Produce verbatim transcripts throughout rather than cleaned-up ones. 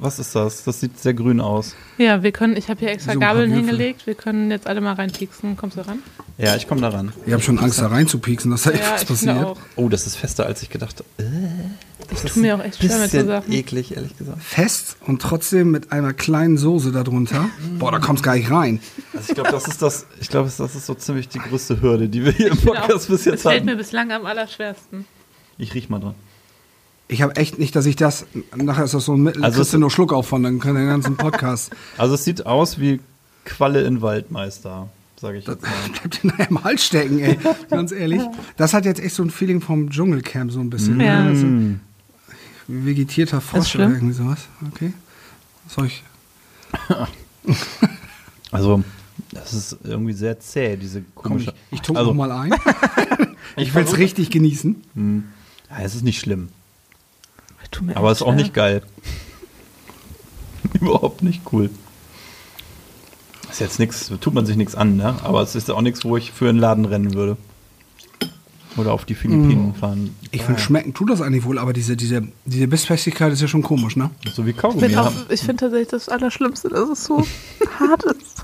Was ist das? Das sieht sehr grün aus. Ja, wir können, ich habe hier extra So ein Gabeln paar Würfel. hingelegt. Wir können jetzt alle mal reinpieksen. Kommst du ran? Ja, ich komme da ran. Ich habe schon Angst, da reinzupieksen, dass da Ja, irgendwas ich finde passiert. auch. Oh, das ist fester, als ich gedacht habe. Äh, Ich tue mir auch echt schwer mit so bisschen Sachen. eklig, ehrlich gesagt. Fest und trotzdem mit einer kleinen Soße darunter. Boah, da kommt's gar nicht rein. Also ich glaube, das ist das. Ich glaube, das ist so ziemlich die größte Hürde, die wir hier im Genau. Podcast bis jetzt Das fällt hatten. mir bislang am allerschwersten. Ich riech mal dran. Ich habe echt nicht, dass ich das, nachher ist das so ein Mittel, Also kriegst du es- nur Schluck auf von, dann können wir den ganzen Podcast, Also es sieht aus wie Qualle in Waldmeister, sage ich das jetzt mal. bleibt dir nachher im Hals stecken, ey, ganz ehrlich. Das hat jetzt echt so ein Feeling vom Dschungelcamp so ein bisschen. Ja. Ne? Also, vegetierter Frosch schlimm? oder irgendwie sowas, okay. Soll ich, Also das ist irgendwie sehr zäh, diese komm, komische. ich, ich tunke also, noch mal ein. Ich will es versuch- richtig genießen. Ja, es ist nicht schlimm, Ich tu mir aber echt es ist auch schwer. nicht geil. Überhaupt nicht cool. Ist jetzt nichts, tut man sich nichts an, ne? Aber es ist auch nichts, wo ich für einen Laden rennen würde. Oder auf die Philippinen fahren. Ich finde, schmecken tut das eigentlich wohl, aber diese, diese, diese Bissfestigkeit ist ja schon komisch, ne? So wie Ich Kaugummi. finde Ja. auch- ich finde tatsächlich das Allerschlimmste, dass es so hart ist.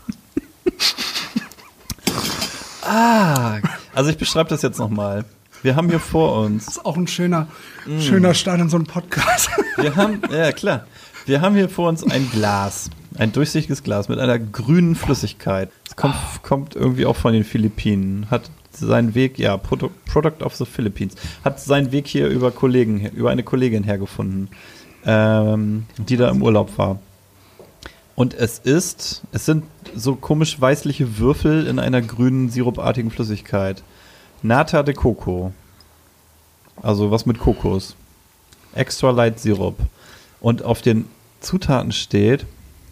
Ah, also ich beschreibe das jetzt nochmal. Wir haben hier vor uns. Das ist auch ein schöner, schöner Start in so einem Podcast. Wir haben, ja klar, wir haben hier vor uns ein Glas, ein durchsichtiges Glas mit einer grünen Flüssigkeit. Es kommt, kommt irgendwie auch von den Philippinen, hat seinen Weg, ja, Produ Product of the Philippines, hat seinen Weg hier über Kollegen, über eine Kollegin hergefunden, ähm, die da im Urlaub war. Und es ist, es sind so komisch weißliche Würfel in einer grünen, sirupartigen Flüssigkeit. Nata de Coco. Also was mit Kokos. Extra Light Sirup. Und auf den Zutaten steht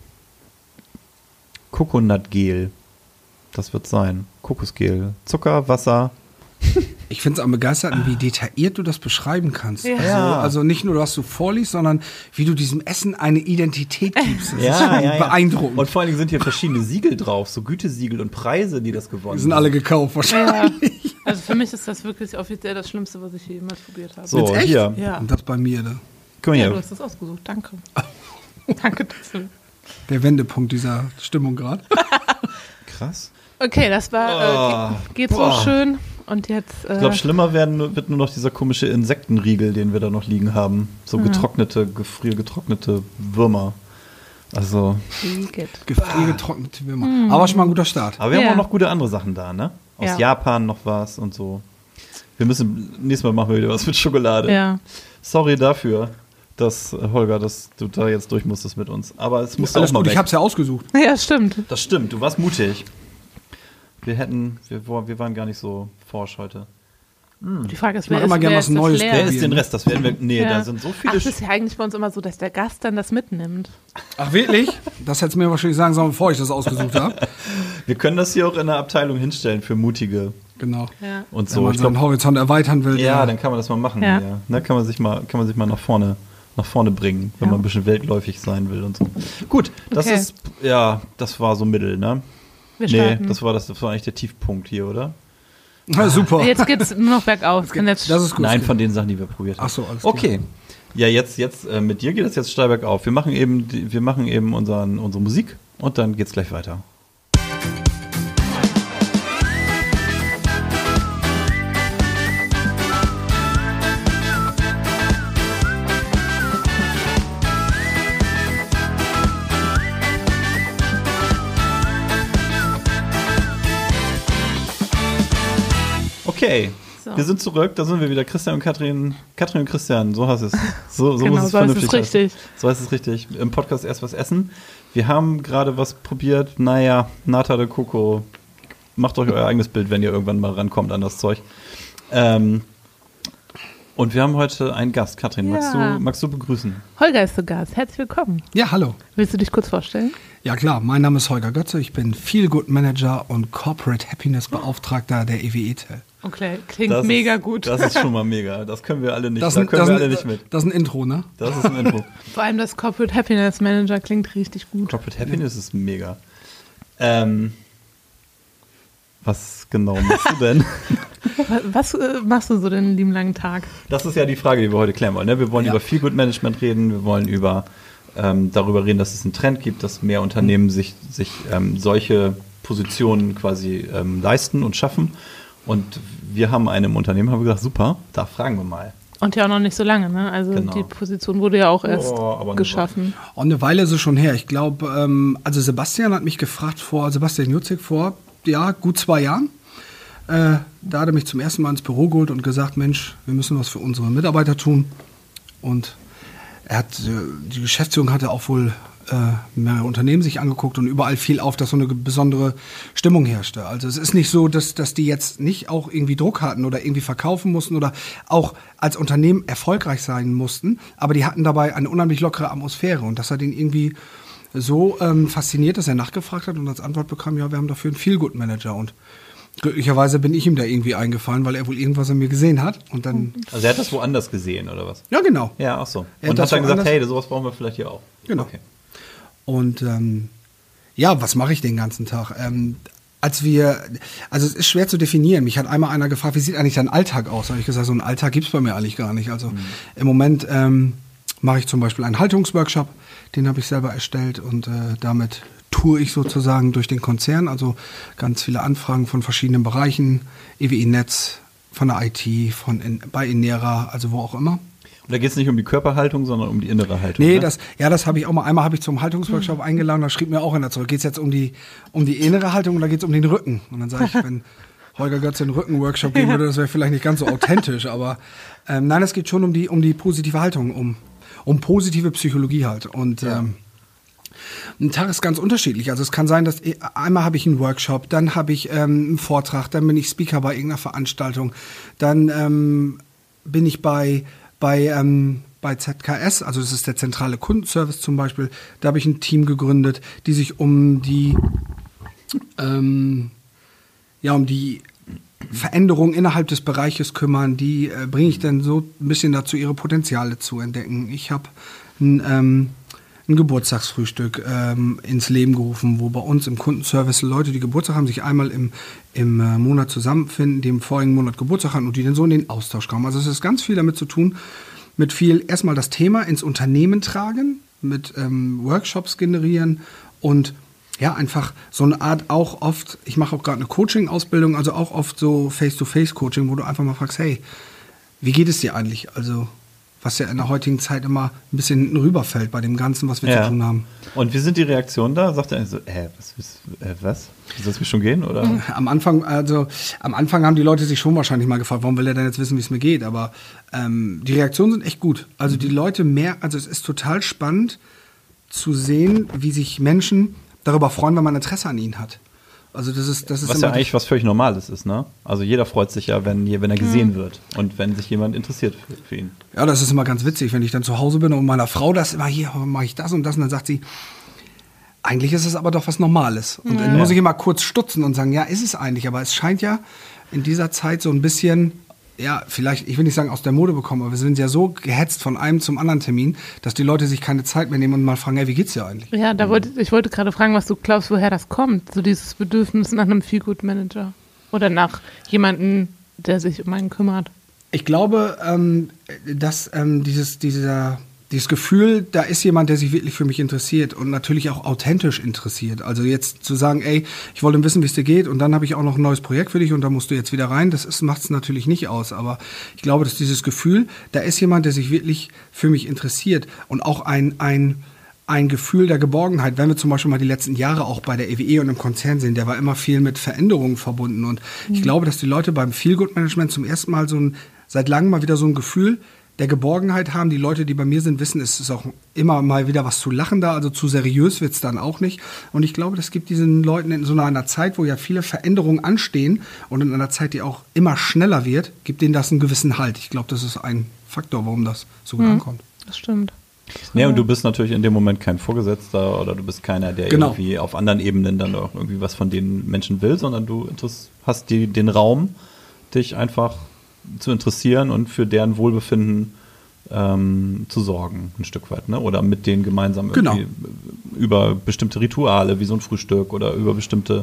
Coconut-Gel. Das wird sein. Kokosgel. Zucker, Wasser. Ich finde es am begeisterten, wie detailliert du das beschreiben kannst. Ja. Also, also nicht nur, was du vorliest, sondern wie du diesem Essen eine Identität gibst. Das ist schon beeindruckend. Und vor allen Dingen sind hier verschiedene Siegel drauf. So Gütesiegel und Preise, die das gewonnen Die sind alle gekauft wahrscheinlich. Ja. Also für mich ist das wirklich offiziell das Schlimmste, was ich jemals probiert habe. So, Jetzt echt? hier. Ja. Und das bei mir, ne? Guck mal Ja, hier. du hast das ausgesucht. Danke. Danke dafür. Der Wendepunkt dieser Stimmung gerade. Krass. Okay, das war, äh, geht, geht so Boah. schön. Und jetzt, äh, Ich glaube, schlimmer werden, nur- wird nur noch dieser komische Insektenriegel, den wir da noch liegen haben. So getrocknete, gefriergetrocknete Würmer. Also, geht. Gefriergetrocknete Würmer. Aber schon mal ein guter Start. aber wir haben Ja. auch noch gute andere Sachen da, ne? Aus Ja. Japan noch was und so. Wir müssen, nächstes Mal machen wir wieder was mit Schokolade. Ja. Sorry dafür, dass, äh, Holger, dass du da jetzt durch musstest mit uns. Aber es musste Alles auch mal gut, weg. ich hab's ja ausgesucht. Ja, stimmt. Das stimmt, du warst mutig. Wir hätten, wir, wo- wir waren gar nicht so forsch heute. Die Frage ist, Ich mach wer immer ist, gern wer was ist das Neues. Flair? Wer ist den Rest? Das werden wir. Nee, Ja. da sind so Ach, viele. das ist ja eigentlich bei uns immer so, dass der Gast dann das mitnimmt. Ach, wirklich? Das hättest du mir wahrscheinlich sagen sollen, bevor ich das ausgesucht habe. Wir können das hier auch in der Abteilung hinstellen für Mutige Genau. Ja. und Wenn so. man Ich seinen glaub, Horizont erweitern will. ja, dann kann man das mal machen. Ja. Ja. Ne, kann man sich mal, kann man sich mal nach vorne, nach vorne bringen, wenn Ja. man ein bisschen weltläufig sein will und so. Gut, das Okay. ist, ja, das war so Mittel, ne? Wir Nee, starten. das war das, das war eigentlich der Tiefpunkt hier, oder? Na, super. Jetzt geht's nur noch bergauf. Kann jetzt Das ist gut. Nein, von den Sachen, die wir probiert haben. Ach so, alles klar. Okay. Ja, jetzt, jetzt äh, mit dir geht es jetzt steil bergauf. Wir machen eben, die, wir machen eben unseren, unsere Musik und dann geht's gleich weiter. Okay, So. wir sind zurück, da sind wir wieder. Christian und Katrin, Katrin und Christian, so heißt es. So, so Genau, muss es so heißt vernünftig es richtig. heißen. So heißt es richtig. Im Podcast erst was essen. Wir haben gerade was probiert. Naja, Nata de Coco. Macht euch euer eigenes Bild, wenn ihr irgendwann mal rankommt an das Zeug. Ähm, und wir haben heute einen Gast. Katrin, magst, Ja. du, magst du begrüßen? Holger ist zu Gast. Herzlich willkommen. Ja, hallo. Willst du dich kurz vorstellen? Ja klar, mein Name ist Holger Götze, ich bin Feel-Good Manager und Corporate Happiness Beauftragter der E W E-Tel. Okay, klingt Das mega ist, gut. Das ist schon mal mega. Das können wir alle nicht. Das, da ist ein- können das, wir ist alle ein- nicht mit. das ist ein Intro, ne? Das ist ein Intro. Vor allem das Corporate Happiness Manager klingt richtig gut. Corporate Happiness ist mega. Ähm, was genau machst du denn? Was äh, machst du so den lieben langen Tag? Das ist ja die Frage, die wir heute klären wollen. Ne? Wir wollen Ja. über Feel-Good Management reden, wir wollen über ähm, darüber reden, dass es einen Trend gibt, dass mehr Unternehmen sich, sich ähm, solche Positionen quasi ähm, leisten und schaffen. Und wir haben eine im Unternehmen, haben wir gesagt, super, da fragen wir mal. Und ja auch noch nicht so lange, ne? Also Genau. die Position wurde ja auch erst Oh, aber eine geschaffen. Und eine Weile ist es schon her. Ich glaube, ähm, also Sebastian hat mich gefragt vor, Sebastian Jutzig vor, ja, gut zwei Jahren. Äh, da hat er mich zum ersten Mal ins Büro geholt und gesagt, Mensch, wir müssen was für unsere Mitarbeiter tun. Und er hat, äh, die Geschäftsführung hatte auch wohl äh, mehrere Unternehmen sich angeguckt und überall fiel auf, dass so eine besondere Stimmung herrschte. Also es ist nicht so, dass, dass die jetzt nicht auch irgendwie Druck hatten oder irgendwie verkaufen mussten oder auch als Unternehmen erfolgreich sein mussten, aber die hatten dabei eine unheimlich lockere Atmosphäre und das hat ihn irgendwie so ähm, fasziniert, dass er nachgefragt hat und als Antwort bekam, ja, wir haben dafür einen Feel-Good-Manager und glücklicherweise bin ich ihm da irgendwie eingefallen, weil er wohl irgendwas an mir gesehen hat und dann... Also er hat das woanders gesehen, oder was? Ja, genau. Ja, ach so. Er Und hat hat dann das gesagt, woanders- hey, sowas brauchen wir vielleicht hier auch. Genau. Okay. Und ähm, ja, was mache ich den ganzen Tag? Ähm, als wir, also es ist schwer zu definieren. Mich hat einmal einer gefragt, wie sieht eigentlich dein Alltag aus? Da habe ich gesagt, so einen Alltag gibt's bei mir eigentlich gar nicht. Also mhm. im Moment ähm, mache ich zum Beispiel einen Haltungsworkshop, den habe ich selber erstellt und äh, damit toure ich sozusagen durch den Konzern. Also ganz viele Anfragen von verschiedenen Bereichen, E W I-Netz, von der I T, von in, bei Inera, also wo auch immer. Und da geht es nicht um die Körperhaltung, sondern um die innere Haltung. Nee, ne? das, ja, das habe ich auch mal. Einmal habe ich zum Haltungsworkshop mhm. eingeladen, da schrieb mir auch einer zurück. Geht es jetzt um die, um die innere Haltung oder geht es um den Rücken? Und dann sage ich, wenn Holger Götz den Rückenworkshop geben würde, das wäre vielleicht nicht ganz so authentisch. Aber ähm, nein, es geht schon um die, um die positive Haltung, um, um positive Psychologie halt. Und ja. ähm, ein Tag ist ganz unterschiedlich. Also es kann sein, dass einmal habe ich einen Workshop, dann habe ich ähm, einen Vortrag, dann bin ich Speaker bei irgendeiner Veranstaltung, dann ähm, bin ich bei bei ähm, bei Z K S, also das ist der zentrale Kundenservice zum Beispiel. Da habe ich ein Team gegründet, die sich um die ähm, ja um die Veränderungen innerhalb des Bereiches kümmern. Die äh, bringe ich dann so ein bisschen dazu, ihre Potenziale zu entdecken. Ich habe ein ähm, ein Geburtstagsfrühstück ähm, ins Leben gerufen, wo bei uns im Kundenservice Leute, die Geburtstag haben, sich einmal im, im äh, Monat zusammenfinden, die im vorigen Monat Geburtstag hatten und die dann so in den Austausch kommen. Also es ist ganz viel damit zu tun, mit viel erstmal das Thema ins Unternehmen tragen, mit ähm, Workshops generieren und ja, einfach so eine Art auch oft, ich mache auch gerade eine Coaching-Ausbildung, also auch oft so Face-to-Face-Coaching, wo du einfach mal fragst, hey, wie geht es dir eigentlich? Also was ja in der heutigen Zeit immer ein bisschen hinten rüberfällt bei dem Ganzen, was wir ja. zu tun haben. Und wie sind die Reaktionen da? Sagt er so, äh, was, was, äh, was? Soll es mir schon gehen? Oder? Am Anfang, also am Anfang haben die Leute sich schon wahrscheinlich mal gefragt, warum will er denn jetzt wissen, wie es mir geht? Aber ähm, die Reaktionen sind echt gut. Also die Leute mehr, also es ist total spannend zu sehen, wie sich Menschen darüber freuen, wenn man Interesse an ihnen hat. Also das ist, das ist was immer ja eigentlich was völlig Normales ist, ne? Also jeder freut sich ja, wenn, wenn er gesehen mhm. wird und wenn sich jemand interessiert für, für ihn. Ja, das ist immer ganz witzig, wenn ich dann zu Hause bin und meiner Frau das immer, hier mache ich das und das und dann sagt sie, eigentlich ist es aber doch was Normales. Und ja. dann muss ich immer kurz stutzen und sagen, ja, ist es eigentlich, aber es scheint ja in dieser Zeit so ein bisschen, ja, vielleicht, ich will nicht sagen aus der Mode bekommen, aber wir sind ja so gehetzt von einem zum anderen Termin, dass die Leute sich keine Zeit mehr nehmen und mal fragen, hey, wie geht's dir eigentlich? Ja, da wollte, ich wollte gerade fragen, was du glaubst, woher das kommt, so dieses Bedürfnis nach einem Feel-Good-Manager oder nach jemandem, der sich um einen kümmert. Ich glaube, ähm, dass ähm, dieses, dieser, dieses Gefühl, da ist jemand, der sich wirklich für mich interessiert und natürlich auch authentisch interessiert. Also jetzt zu sagen, ey, ich wollte wissen, wie es dir geht und dann habe ich auch noch ein neues Projekt für dich und da musst du jetzt wieder rein, das macht es natürlich nicht aus. Aber ich glaube, dass dieses Gefühl, da ist jemand, der sich wirklich für mich interessiert und auch ein, ein, ein Gefühl der Geborgenheit, wenn wir zum Beispiel mal die letzten Jahre auch bei der E W E und im Konzern sehen, der war immer viel mit Veränderungen verbunden und mhm. ich glaube, dass die Leute beim Feel-Good-Management zum ersten Mal so ein, seit langem mal wieder so ein Gefühl der Geborgenheit haben. Die Leute, die bei mir sind, wissen, es ist auch immer mal wieder was zu lachen da, also zu seriös wird es dann auch nicht. Und ich glaube, das gibt diesen Leuten in so einer Zeit, wo ja viele Veränderungen anstehen und in einer Zeit, die auch immer schneller wird, gibt denen das einen gewissen Halt. Ich glaube, das ist ein Faktor, warum das so gut mhm. ankommt. Das stimmt. Ja, und du bist natürlich in dem Moment kein Vorgesetzter oder du bist keiner, der genau. irgendwie auf anderen Ebenen dann auch irgendwie was von den Menschen will, sondern du hast die, den Raum, dich einfach zu interessieren und für deren Wohlbefinden ähm, zu sorgen, ein Stück weit, ne? Oder mit denen gemeinsam genau. irgendwie über bestimmte Rituale, wie so ein Frühstück oder über bestimmte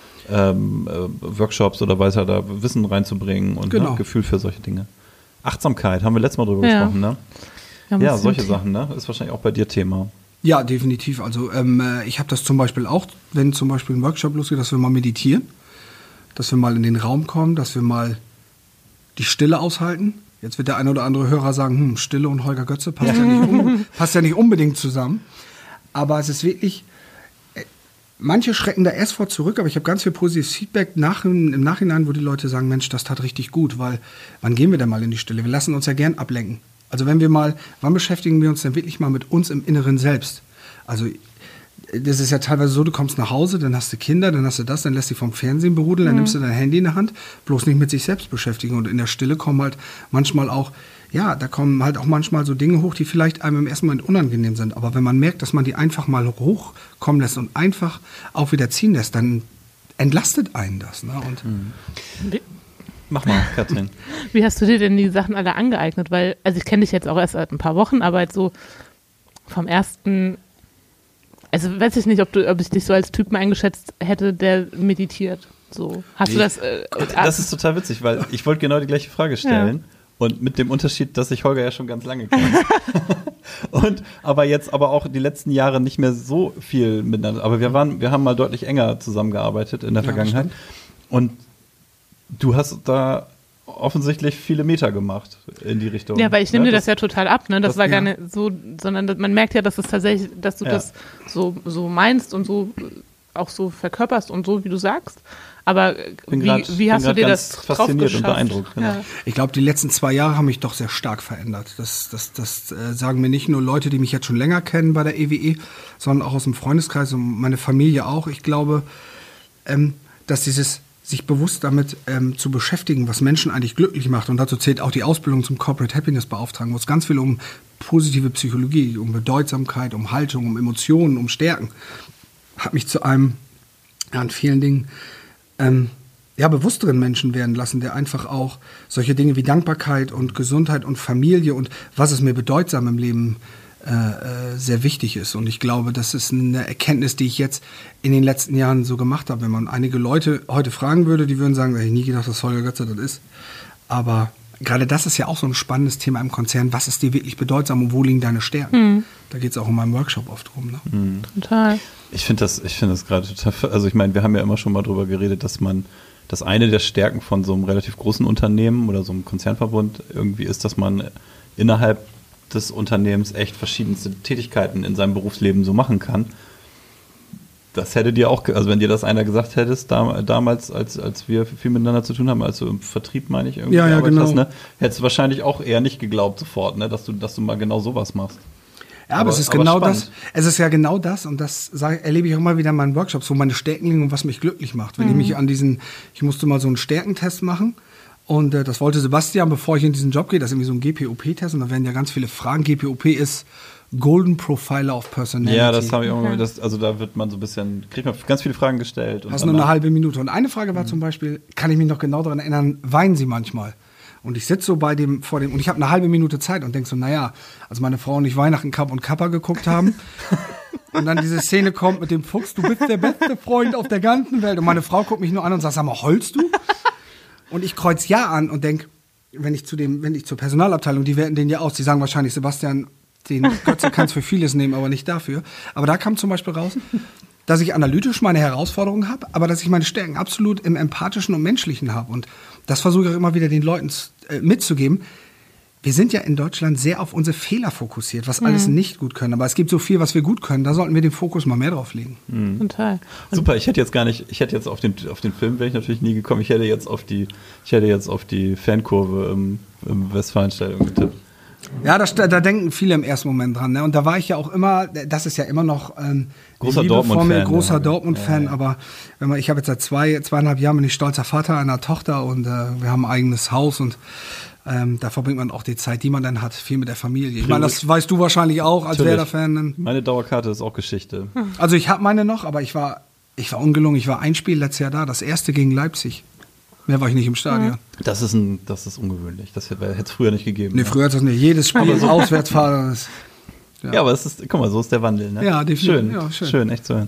ähm, äh, Workshops oder weiter da Wissen reinzubringen und genau. ne, Gefühl für solche Dinge. Achtsamkeit, haben wir letztes Mal drüber ja. gesprochen, ne? Ja, ja solche Sachen, ne? Ist wahrscheinlich auch bei dir Thema. Ja, definitiv. Also ähm, ich habe das zum Beispiel auch, wenn zum Beispiel ein Workshop losgeht, dass wir mal meditieren, dass wir mal in den Raum kommen, dass wir mal die Stille aushalten. Jetzt wird der eine oder andere Hörer sagen, hm, Stille und Holger Götze passt ja, nicht, um, passt ja nicht unbedingt zusammen. Aber es ist wirklich, äh, manche schrecken da erst vor zurück, aber ich habe ganz viel positives Feedback nach, im Nachhinein, wo die Leute sagen, Mensch, das tat richtig gut, weil wann gehen wir denn mal in die Stille? Wir lassen uns ja gern ablenken. Also wenn wir mal, wann beschäftigen wir uns denn wirklich mal mit uns im Inneren selbst? Also das ist ja teilweise so, du kommst nach Hause, dann hast du Kinder, dann hast du das, dann lässt dich vom Fernsehen berudeln, dann mhm. nimmst du dein Handy in der Hand, bloß nicht mit sich selbst beschäftigen. Und in der Stille kommen halt manchmal auch, ja, da kommen halt auch manchmal so Dinge hoch, die vielleicht einem im ersten Moment unangenehm sind. Aber wenn man merkt, dass man die einfach mal hochkommen lässt und einfach auch wieder ziehen lässt, dann entlastet einen das. Ne? Und mhm. Mach mal, Katrin. Wie hast du dir denn die Sachen alle angeeignet? Weil, also ich kenne dich jetzt auch erst seit ein paar Wochen, aber jetzt so vom ersten, also weiß ich nicht, ob du, ob ich dich so als Typen eingeschätzt hätte, der meditiert. So, hast nee. du das? Äh, das ist total witzig, weil ich wollte genau die gleiche Frage stellen. Ja. Und mit dem Unterschied, dass ich Holger ja schon ganz lange kenne. Und aber jetzt aber auch die letzten Jahre nicht mehr so viel miteinander. Aber wir waren, wir haben mal deutlich enger zusammengearbeitet in der ja, Vergangenheit. Und du hast da offensichtlich viele Meter gemacht in die Richtung. Ja, weil ich nehme ja, dir das, das ja total ab, ne? Das, das war gar ja. nicht so, sondern man merkt ja, dass es tatsächlich, dass du ja. das so, so meinst und so auch so verkörperst und so, wie du sagst. Aber wie, grad, wie hast du dir das fasziniert und beeindruckt? Genau. Ja. Ich glaube, die letzten zwei Jahre haben mich doch sehr stark verändert. Das, das, das äh, sagen mir nicht nur Leute, die mich jetzt schon länger kennen bei der E W E, sondern auch aus dem Freundeskreis und meine Familie auch. Ich glaube, ähm, dass dieses sich bewusst damit ähm, zu beschäftigen, was Menschen eigentlich glücklich macht. Und dazu zählt auch die Ausbildung zum Corporate Happiness Beauftragten, wo es ganz viel um positive Psychologie, um Bedeutsamkeit, um Haltung, um Emotionen, um Stärken, hat mich zu einem, ja, an vielen Dingen, ähm, ja, bewussteren Menschen werden lassen, der einfach auch solche Dinge wie Dankbarkeit und Gesundheit und Familie und was ist mir bedeutsam im Leben Äh, sehr wichtig ist. Und ich glaube, das ist eine Erkenntnis, die ich jetzt in den letzten Jahren so gemacht habe. Wenn man einige Leute heute fragen würde, die würden sagen, ich hätte nie gedacht, dass Holger Götze das ist. Aber gerade das ist ja auch so ein spannendes Thema im Konzern. Was ist dir wirklich bedeutsam und wo liegen deine Stärken? Mhm. Da geht es auch in meinem Workshop oft drum. Ne? Mhm. Total. Ich finde das, ich finde das gerade total, also ich meine, wir haben ja immer schon mal drüber geredet, dass man, dass eine der Stärken von so einem relativ großen Unternehmen oder so einem Konzernverbund irgendwie ist, dass man innerhalb des Unternehmens echt verschiedenste Tätigkeiten in seinem Berufsleben so machen kann. Das hätte dir auch, also wenn dir das einer gesagt hättest, da, damals, als, als wir viel miteinander zu tun haben, als du im Vertrieb, meine ich, irgendwie ja, ja, gearbeitet genau. hast, ne, hättest du wahrscheinlich auch eher nicht geglaubt sofort, ne, dass du, dass du mal genau sowas machst. Ja, aber, aber es ist aber genau spannend. das. Es ist ja genau das und das sag, erlebe ich auch immer wieder in meinen Workshops, wo meine Stärken liegen und was mich glücklich macht. Wenn mhm. ich mich an diesen, ich musste mal so einen Stärkentest machen. Und äh, das wollte Sebastian, bevor ich in diesen Job gehe, das ist irgendwie so ein G P O P-Test und da werden ja ganz viele Fragen. G P O P ist Golden Profiler of Personality. Ja, das habe ich auch mal, das, also da wird man so ein bisschen, kriegt man ganz viele Fragen gestellt. Und hast nur eine halbe Minute. Und eine Frage war mhm. zum Beispiel, kann ich mich noch genau daran erinnern, weinen Sie manchmal? Und ich sitze so bei dem, vor dem, und ich habe eine halbe Minute Zeit und denke so, naja, als meine Frau und ich Weihnachten Kapp und Kappa geguckt haben und dann diese Szene kommt mit dem Fuchs, du bist der beste Freund auf der ganzen Welt. Und meine Frau guckt mich nur an und sagt, sag mal, heulst du? Und ich kreuz ja an und denke, wenn ich zu dem, wenn ich zur Personalabteilung, die werten den ja aus, die sagen wahrscheinlich, Sebastian, den Götze kannst für vieles nehmen, aber nicht dafür. Aber da kam zum Beispiel raus, dass ich analytisch meine Herausforderungen habe, aber dass ich meine Stärken absolut im Empathischen und Menschlichen habe. Und das versuche ich auch immer wieder den Leuten äh, mitzugeben. Wir sind ja in Deutschland sehr auf unsere Fehler fokussiert, was mhm. alles nicht gut können. Aber es gibt so viel, was wir gut können. Da sollten wir den Fokus mal mehr drauf legen. Mhm. Total. Und super, ich hätte jetzt gar nicht, ich hätte jetzt auf den, auf den Film wäre ich natürlich nie gekommen. Ich hätte jetzt auf die, ich hätte jetzt auf die Fankurve im, im Westfalenstadion getippt. Ja, da, da denken viele im ersten Moment dran. Ne? Und da war ich ja auch immer, das ist ja immer noch ähm, großer Dortmund-Fan. Großer ja. Dortmund-Fan, ja, ja. aber wenn man, ich habe jetzt seit zwei, zweieinhalb Jahren bin ich stolzer Vater einer Tochter und äh, wir haben ein eigenes Haus und ähm, da verbringt man auch die Zeit, die man dann hat, viel mit der Familie. Ich meine, das weißt du wahrscheinlich auch als Werder-Fan. Meine Dauerkarte ist auch Geschichte. Also ich habe meine noch, aber ich war, ich war ungelungen. Ich war ein Spiel letztes Jahr da, das erste gegen Leipzig. Mehr war ich nicht im Stadion. Das ist, ein, das ist ungewöhnlich. Das hätte es früher nicht gegeben. Nee, früher hat es nicht. Jedes Spiel so Auswärtsfahrer. Ja. ja, aber es ist, guck mal, so ist der Wandel. Ne? Ja, definitiv. Schön, ja, schön. schön, echt zu hören.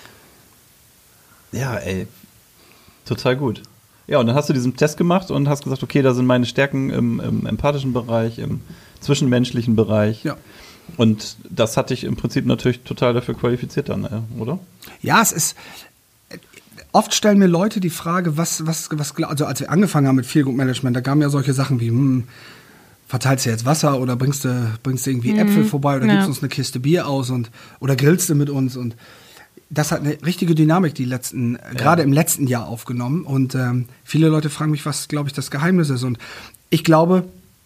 Ja, ey, total gut. Ja, und dann hast du diesen Test gemacht und hast gesagt, okay, da sind meine Stärken im, im empathischen Bereich, im zwischenmenschlichen Bereich. Ja. Und das hat dich im Prinzip natürlich total dafür qualifiziert dann, oder? Ja, es ist, oft stellen mir Leute die Frage, was, was, was, also als wir angefangen haben mit Feel Good Management, da kamen ja solche Sachen wie, hm, verteilst du jetzt Wasser oder bringst du, bringst du irgendwie mhm. Äpfel vorbei oder ja. gibst uns eine Kiste Bier aus und, oder grillst du mit uns, und das hat eine richtige Dynamik die letzten, ja. gerade im letzten Jahr aufgenommen, und ähm, viele Leute fragen mich, was, glaube ich, das Geheimnis ist, und ich glaube,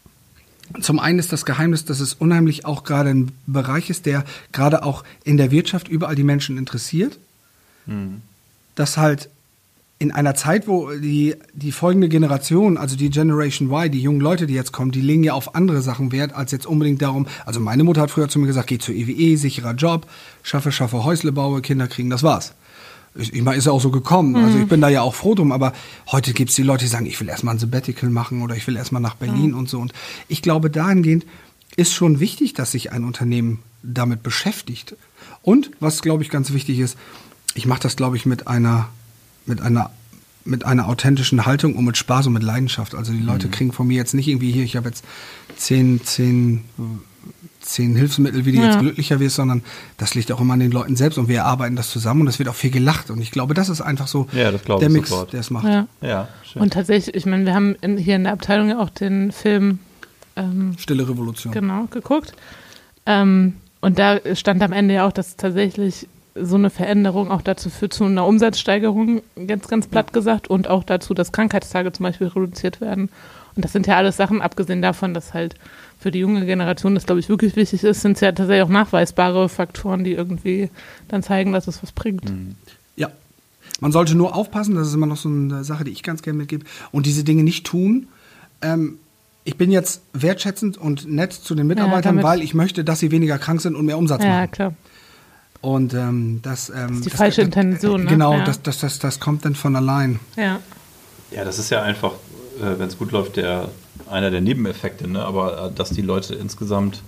zum einen ist das Geheimnis, dass es unheimlich auch gerade ein Bereich ist, der gerade auch in der Wirtschaft überall die Menschen interessiert. Mhm. Dass halt in einer Zeit, wo die, die folgende Generation, also die Generation Y, die jungen Leute, die jetzt kommen, die legen ja auf andere Sachen Wert, als jetzt unbedingt darum, also meine Mutter hat früher zu mir gesagt, geh zur E W E, sicherer Job, schaffe, schaffe, Häusle baue, Kinder kriegen, das war's. Ich, ich meine, ist ja auch so gekommen. Mhm. Also ich bin da ja auch froh drum, aber heute gibt's die Leute, die sagen, ich will erstmal ein Sabbatical machen oder ich will erstmal nach Berlin mhm. und so. Und ich glaube, dahingehend ist schon wichtig, dass sich ein Unternehmen damit beschäftigt. Und was, glaube ich, ganz wichtig ist, ich mache das, glaube ich, mit einer, mit einer, mit einer authentischen Haltung und mit Spaß und mit Leidenschaft. Also die Leute mhm. kriegen von mir jetzt nicht irgendwie hier, ich habe jetzt zehn, zehn, zehn Hilfsmittel, wie du ja. jetzt glücklicher wirst, sondern das liegt auch immer an den Leuten selbst, und wir erarbeiten das zusammen, und es wird auch viel gelacht, und ich glaube, das ist einfach so ja, der Mix, sofort. Der es macht. Ja. Ja, schön. Und tatsächlich, ich meine, wir haben in, hier in der Abteilung ja auch den Film ähm, Stille Revolution genau geguckt, ähm, und da stand am Ende ja auch, dass tatsächlich so eine Veränderung auch dazu führt, zu einer Umsatzsteigerung, ganz, ganz platt gesagt, und auch dazu, dass Krankheitstage zum Beispiel reduziert werden. Und das sind ja alles Sachen, abgesehen davon, dass halt für die junge Generation das, glaube ich, wirklich wichtig ist, sind es ja tatsächlich auch nachweisbare Faktoren, die irgendwie dann zeigen, dass es was bringt. Ja, man sollte nur aufpassen, das ist immer noch so eine Sache, die ich ganz gerne mitgebe, und diese Dinge nicht tun. Ähm, ich bin jetzt wertschätzend und nett zu den Mitarbeitern, ja, weil ich möchte, dass sie weniger krank sind und mehr Umsatz machen. Ja, klar. Und ähm, das, ähm, das ist die das, falsche das, Intention. Ne? Genau, ja. das, das, das, das kommt dann von allein. Ja, ja, das ist ja einfach, äh, wenn es gut läuft, der einer der Nebeneffekte, ne? Aber äh, dass die Leute insgesamt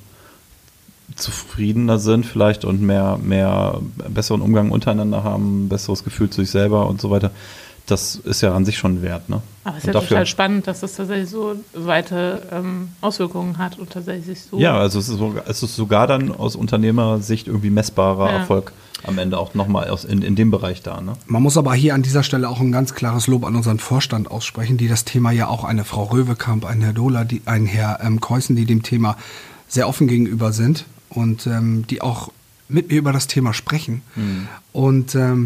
zufriedener sind vielleicht und mehr, mehr besseren Umgang untereinander haben, besseres Gefühl zu sich selber und so weiter, das ist ja an sich schon wert. Ne? Aber es ist ja total spannend, dass das tatsächlich so weite ähm, Auswirkungen hat und tatsächlich so... Ja, also es ist, so, es ist sogar dann aus Unternehmersicht irgendwie messbarer ja. Erfolg am Ende auch nochmal in, in dem Bereich da. Ne? Man muss aber hier an dieser Stelle auch ein ganz klares Lob an unseren Vorstand aussprechen, die das Thema ja auch, eine Frau Röwekamp, ein Herr Dohler, die, ein Herr ähm, Keußen, die dem Thema sehr offen gegenüber sind und ähm, die auch mit mir über das Thema sprechen. Mhm. Und ähm,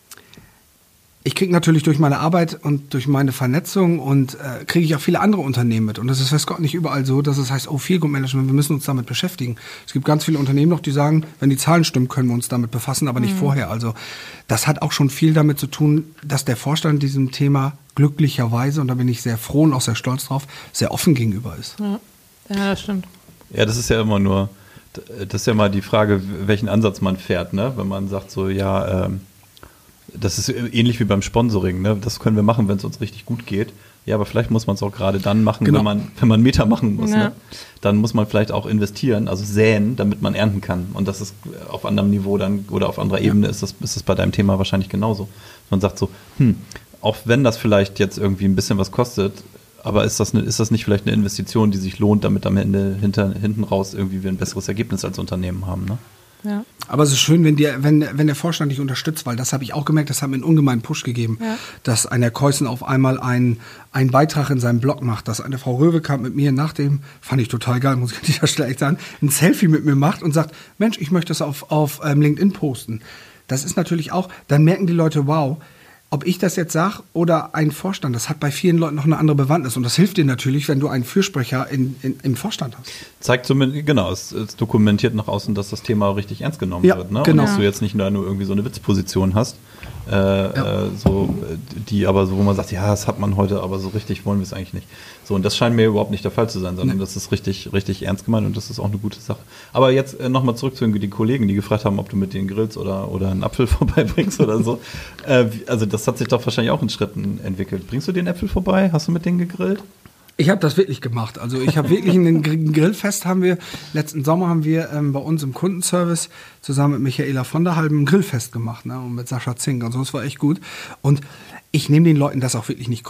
ich kriege natürlich durch meine Arbeit und durch meine Vernetzung und äh, kriege ich auch viele andere Unternehmen mit. Und das ist, weiß Gott, nicht überall so, dass es heißt, oh, Feel Good Management, wir müssen uns damit beschäftigen. Es gibt ganz viele Unternehmen noch, die sagen, wenn die Zahlen stimmen, können wir uns damit befassen, aber nicht mhm. vorher. Also das hat auch schon viel damit zu tun, dass der Vorstand diesem Thema glücklicherweise, und da bin ich sehr froh und auch sehr stolz drauf, sehr offen gegenüber ist. Ja, ja, das stimmt. Ja, das ist ja immer nur, das ist ja mal die Frage, welchen Ansatz man fährt, ne? Wenn man sagt so, ja, ähm, das ist ähnlich wie beim Sponsoring, ne? Das können wir machen, wenn es uns richtig gut geht. Ja, aber vielleicht muss man es auch gerade dann machen, genau. wenn man wenn man Meter machen muss. Ja. Ne? Dann muss man vielleicht auch investieren, also säen, damit man ernten kann. Und das ist auf anderem Niveau dann oder auf anderer Ebene ja. ist das ist das bei deinem Thema wahrscheinlich genauso. Man sagt so, hm, auch wenn das vielleicht jetzt irgendwie ein bisschen was kostet, aber ist das, eine, ist das nicht vielleicht eine Investition, die sich lohnt, damit am Ende hinter, hinten raus irgendwie wir ein besseres Ergebnis als Unternehmen haben, ne? Ja. Aber es ist schön, wenn, der, wenn, wenn der Vorstand dich unterstützt, weil das habe ich auch gemerkt, das hat mir einen ungemeinen Push gegeben, ja. dass ein Herr Keußen auf einmal einen, einen Beitrag in seinem Blog macht, dass eine Frau Röwekamp mit mir nach dem, fand ich total geil, muss ich an dieser Stelle echt sagen, ein Selfie mit mir macht und sagt, Mensch, ich möchte das auf, auf ähm, LinkedIn posten. Das ist natürlich auch, dann merken die Leute, wow, ob ich das jetzt sage oder ein Vorstand, das hat bei vielen Leuten noch eine andere Bewandtnis. Und das hilft dir natürlich, wenn du einen Fürsprecher in, in, im Vorstand hast. Zeigt zumindest, genau, es, es dokumentiert nach außen, dass das Thema richtig ernst genommen ja, wird. Ne? Genau. Und dass du jetzt nicht nur irgendwie so eine Witzposition hast, äh, ja. äh, so, die aber so, wo man sagt, ja, das hat man heute, aber so richtig wollen wir es eigentlich nicht. So, und das scheint mir überhaupt nicht der Fall zu sein, sondern nee. das ist richtig, richtig ernst gemeint und das ist auch eine gute Sache. Aber jetzt äh, nochmal zurück zu den Kollegen, die gefragt haben, ob du mit denen grillst oder, oder einen Apfel vorbeibringst oder so. Äh, also das hat sich doch wahrscheinlich auch in Schritten entwickelt. Bringst du den Äpfel vorbei? Hast du mit denen gegrillt? Ich habe das wirklich gemacht. Also ich habe wirklich ein Grillfest haben wir, letzten Sommer haben wir ähm, bei uns im Kundenservice zusammen mit Michaela von der Halben ein Grillfest gemacht, ne? Und mit Sascha Zink und so, das war echt gut. Und ich nehme den Leuten das auch wirklich nicht krumm.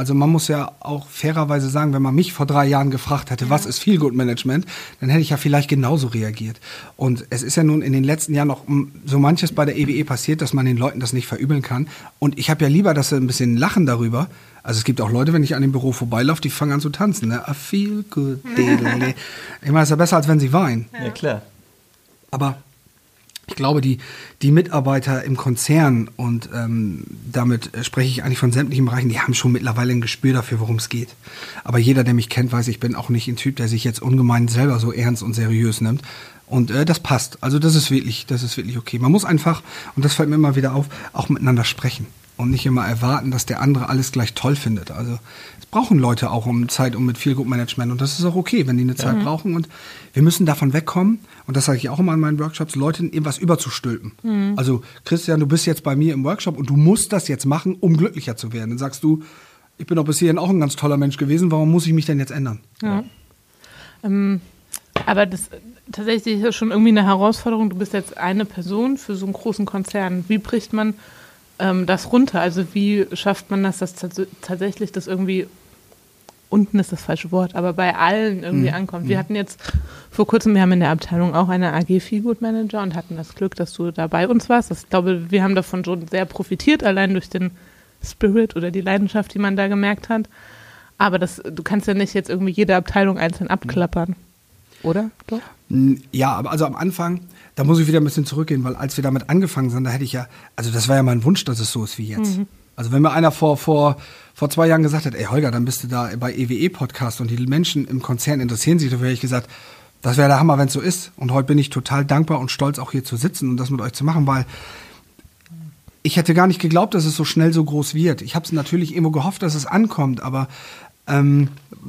Also man muss ja auch fairerweise sagen, wenn man mich vor drei Jahren gefragt hätte, ja. was ist Feel-Good-Management, dann hätte ich ja vielleicht genauso reagiert. Und es ist ja nun in den letzten Jahren noch so manches bei der E W E passiert, dass man den Leuten das nicht verübeln kann. Und ich habe ja lieber, dass sie ein bisschen lachen darüber. Also es gibt auch Leute, wenn ich an dem Büro vorbeilaufe, die fangen an zu tanzen. Ne? I feel good. Ich meine, das ist ja besser, als wenn sie weinen. Ja, klar. Aber ich glaube, die, die Mitarbeiter im Konzern, und ähm, damit spreche ich eigentlich von sämtlichen Bereichen, die haben schon mittlerweile ein Gespür dafür, worum es geht. Aber jeder, der mich kennt, weiß, ich bin auch nicht ein Typ, der sich jetzt ungemein selber so ernst und seriös nimmt. Und äh, das passt. Also das ist wirklich, das ist wirklich okay. Man muss einfach, und das fällt mir immer wieder auf, auch miteinander sprechen. Und nicht immer erwarten, dass der andere alles gleich toll findet. Also es brauchen Leute auch um Zeit, um mit Feel-Good-Management. Und das ist auch okay, wenn die eine Zeit mhm. brauchen. Und wir müssen davon wegkommen, und das sage ich auch immer in meinen Workshops, Leuten irgendwas überzustülpen. Mhm. Also Christian, du bist jetzt bei mir im Workshop und du musst das jetzt machen, um glücklicher zu werden. Dann sagst du, ich bin doch bis hierhin auch ein ganz toller Mensch gewesen, warum muss ich mich denn jetzt ändern? Ja. Ja. Ähm, aber das tatsächlich ist ja schon irgendwie eine Herausforderung. Du bist jetzt eine Person für so einen großen Konzern. Wie bricht man das runter? Also wie schafft man das, dass tats- tatsächlich das irgendwie, unten ist das falsche Wort, aber bei allen irgendwie mhm. ankommt? Wir hatten jetzt vor kurzem, wir haben in der Abteilung auch eine A G Feel-Good-Manager und hatten das Glück, dass du da bei uns warst. Ich glaube, wir haben davon schon sehr profitiert, allein durch den Spirit oder die Leidenschaft, die man da gemerkt hat. Aber das, du kannst ja nicht jetzt irgendwie jede Abteilung einzeln abklappern, oder? Doch? Ja, aber also am Anfang, da muss ich wieder ein bisschen zurückgehen, weil als wir damit angefangen sind, da hätte ich ja, also das war ja mein Wunsch, dass es so ist wie jetzt. Mhm. Also wenn mir einer vor, vor, vor zwei Jahren gesagt hat, ey Holger, dann bist du da bei E W E-Podcast und die Menschen im Konzern interessieren sich, dafür hätte ich gesagt, das wäre der Hammer, wenn es so ist. Und heute bin ich total dankbar und stolz, auch hier zu sitzen und das mit euch zu machen, weil ich hätte gar nicht geglaubt, dass es so schnell so groß wird. Ich habe es natürlich irgendwo gehofft, dass es ankommt, aber ähm,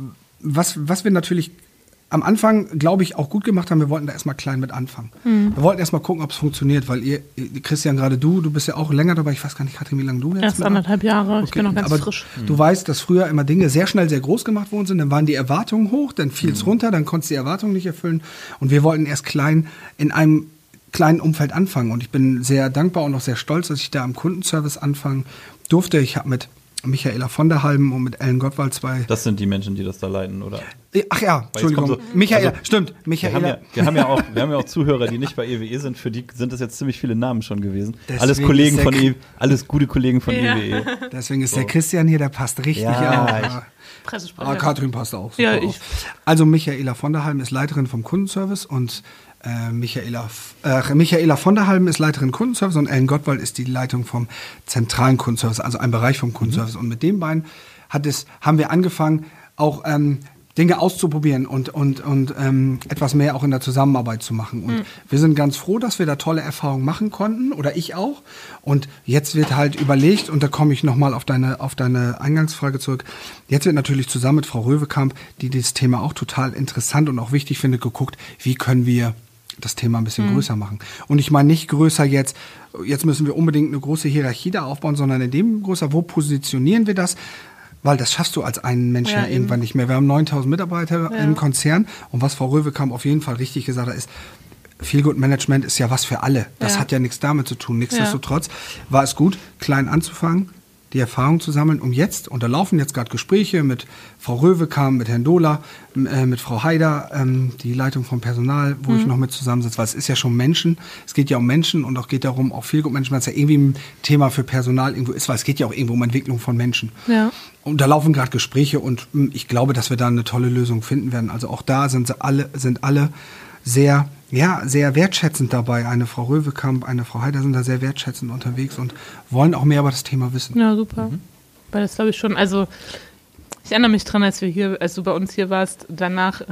was, was wir natürlich am Anfang, glaube ich, auch gut gemacht haben, wir wollten da erstmal klein mit anfangen. Mhm. Wir wollten erstmal gucken, ob es funktioniert, weil ihr, Christian, gerade du, du bist ja auch länger dabei, ich weiß gar nicht, Katrin, wie lange du jetzt Erst anderthalb Jahre, okay. Ich bin noch ganz aber frisch. Du mhm. weißt, dass früher immer Dinge sehr schnell sehr groß gemacht worden sind, dann waren die Erwartungen hoch, dann fiel es mhm. runter, dann konntest du die Erwartungen nicht erfüllen und wir wollten erst klein in einem kleinen Umfeld anfangen und ich bin sehr dankbar und auch sehr stolz, dass ich da am Kundenservice anfangen durfte. Ich habe mit Michaela von der Halben und mit Ellen Gottwald zwei... Das sind die Menschen, die das da leiten, oder? Ach ja, Entschuldigung. So, Michaela, also, stimmt. Michaela. Wir haben, ja, wir, haben ja auch, wir haben ja auch Zuhörer, die nicht bei E W E sind. Für die sind das jetzt ziemlich viele Namen schon gewesen. Deswegen alles Kollegen von E W E, alles gute Kollegen von ja. E W E. Deswegen ist so. Der Christian hier, der passt richtig ja, auf. Pressesprecher. Ah, Katrin passt auch super ja, ich. auf. Also Michaela von der Halben ist Leiterin vom Kundenservice und Äh, Michaela, äh, Michaela von der Halben ist Leiterin Kundenservice und Ellen Gottwald ist die Leitung vom zentralen Kundenservice, also ein Bereich vom Kundenservice. Mhm. Und mit den beiden hat es, haben wir angefangen, auch ähm, Dinge auszuprobieren und, und, und ähm, etwas mehr auch in der Zusammenarbeit zu machen. Und mhm. wir sind ganz froh, dass wir da tolle Erfahrungen machen konnten, oder ich auch. Und jetzt wird halt überlegt, und da komme ich nochmal auf deine, auf deine Eingangsfrage zurück, jetzt wird natürlich zusammen mit Frau Röwekamp, die das Thema auch total interessant und auch wichtig findet, geguckt, wie können wir das Thema ein bisschen mhm. größer machen. Und ich meine nicht größer jetzt, jetzt müssen wir unbedingt eine große Hierarchie da aufbauen, sondern in dem größer, wo positionieren wir das? Weil das schaffst du als einen Menschen ja, irgendwann nicht mehr. Wir haben neuntausend Mitarbeiter ja. im Konzern und was Frau Röwekamp auf jeden Fall richtig gesagt hat, ist, Feel-Good-Management ist ja was für alle. Das ja. hat ja nichts damit zu tun. Nichtsdestotrotz ja. war es gut, klein anzufangen, die Erfahrung zu sammeln, um jetzt, und da laufen jetzt gerade Gespräche mit Frau Röwekamp, mit Herrn Dohler, äh, mit Frau Haider, ähm, die Leitung vom Personal, wo mhm. ich noch mit zusammensitze, weil es ist ja schon Menschen, es geht ja um Menschen und auch geht darum, auch Feel-Good-Management ist ja irgendwie ein Thema für Personal irgendwo ist, weil es geht ja auch irgendwo um Entwicklung von Menschen. Ja. Und da laufen gerade Gespräche und mh, ich glaube, dass wir da eine tolle Lösung finden werden. Also auch da sind sie alle, sind alle sehr, ja, sehr wertschätzend dabei. Eine Frau Röwekamp, eine Frau Haider sind da sehr wertschätzend unterwegs und wollen auch mehr über das Thema wissen. Ja, super. Mhm. Weil das glaube ich schon, also ich erinnere mich dran, als wir hier, als du bei uns hier warst, danach,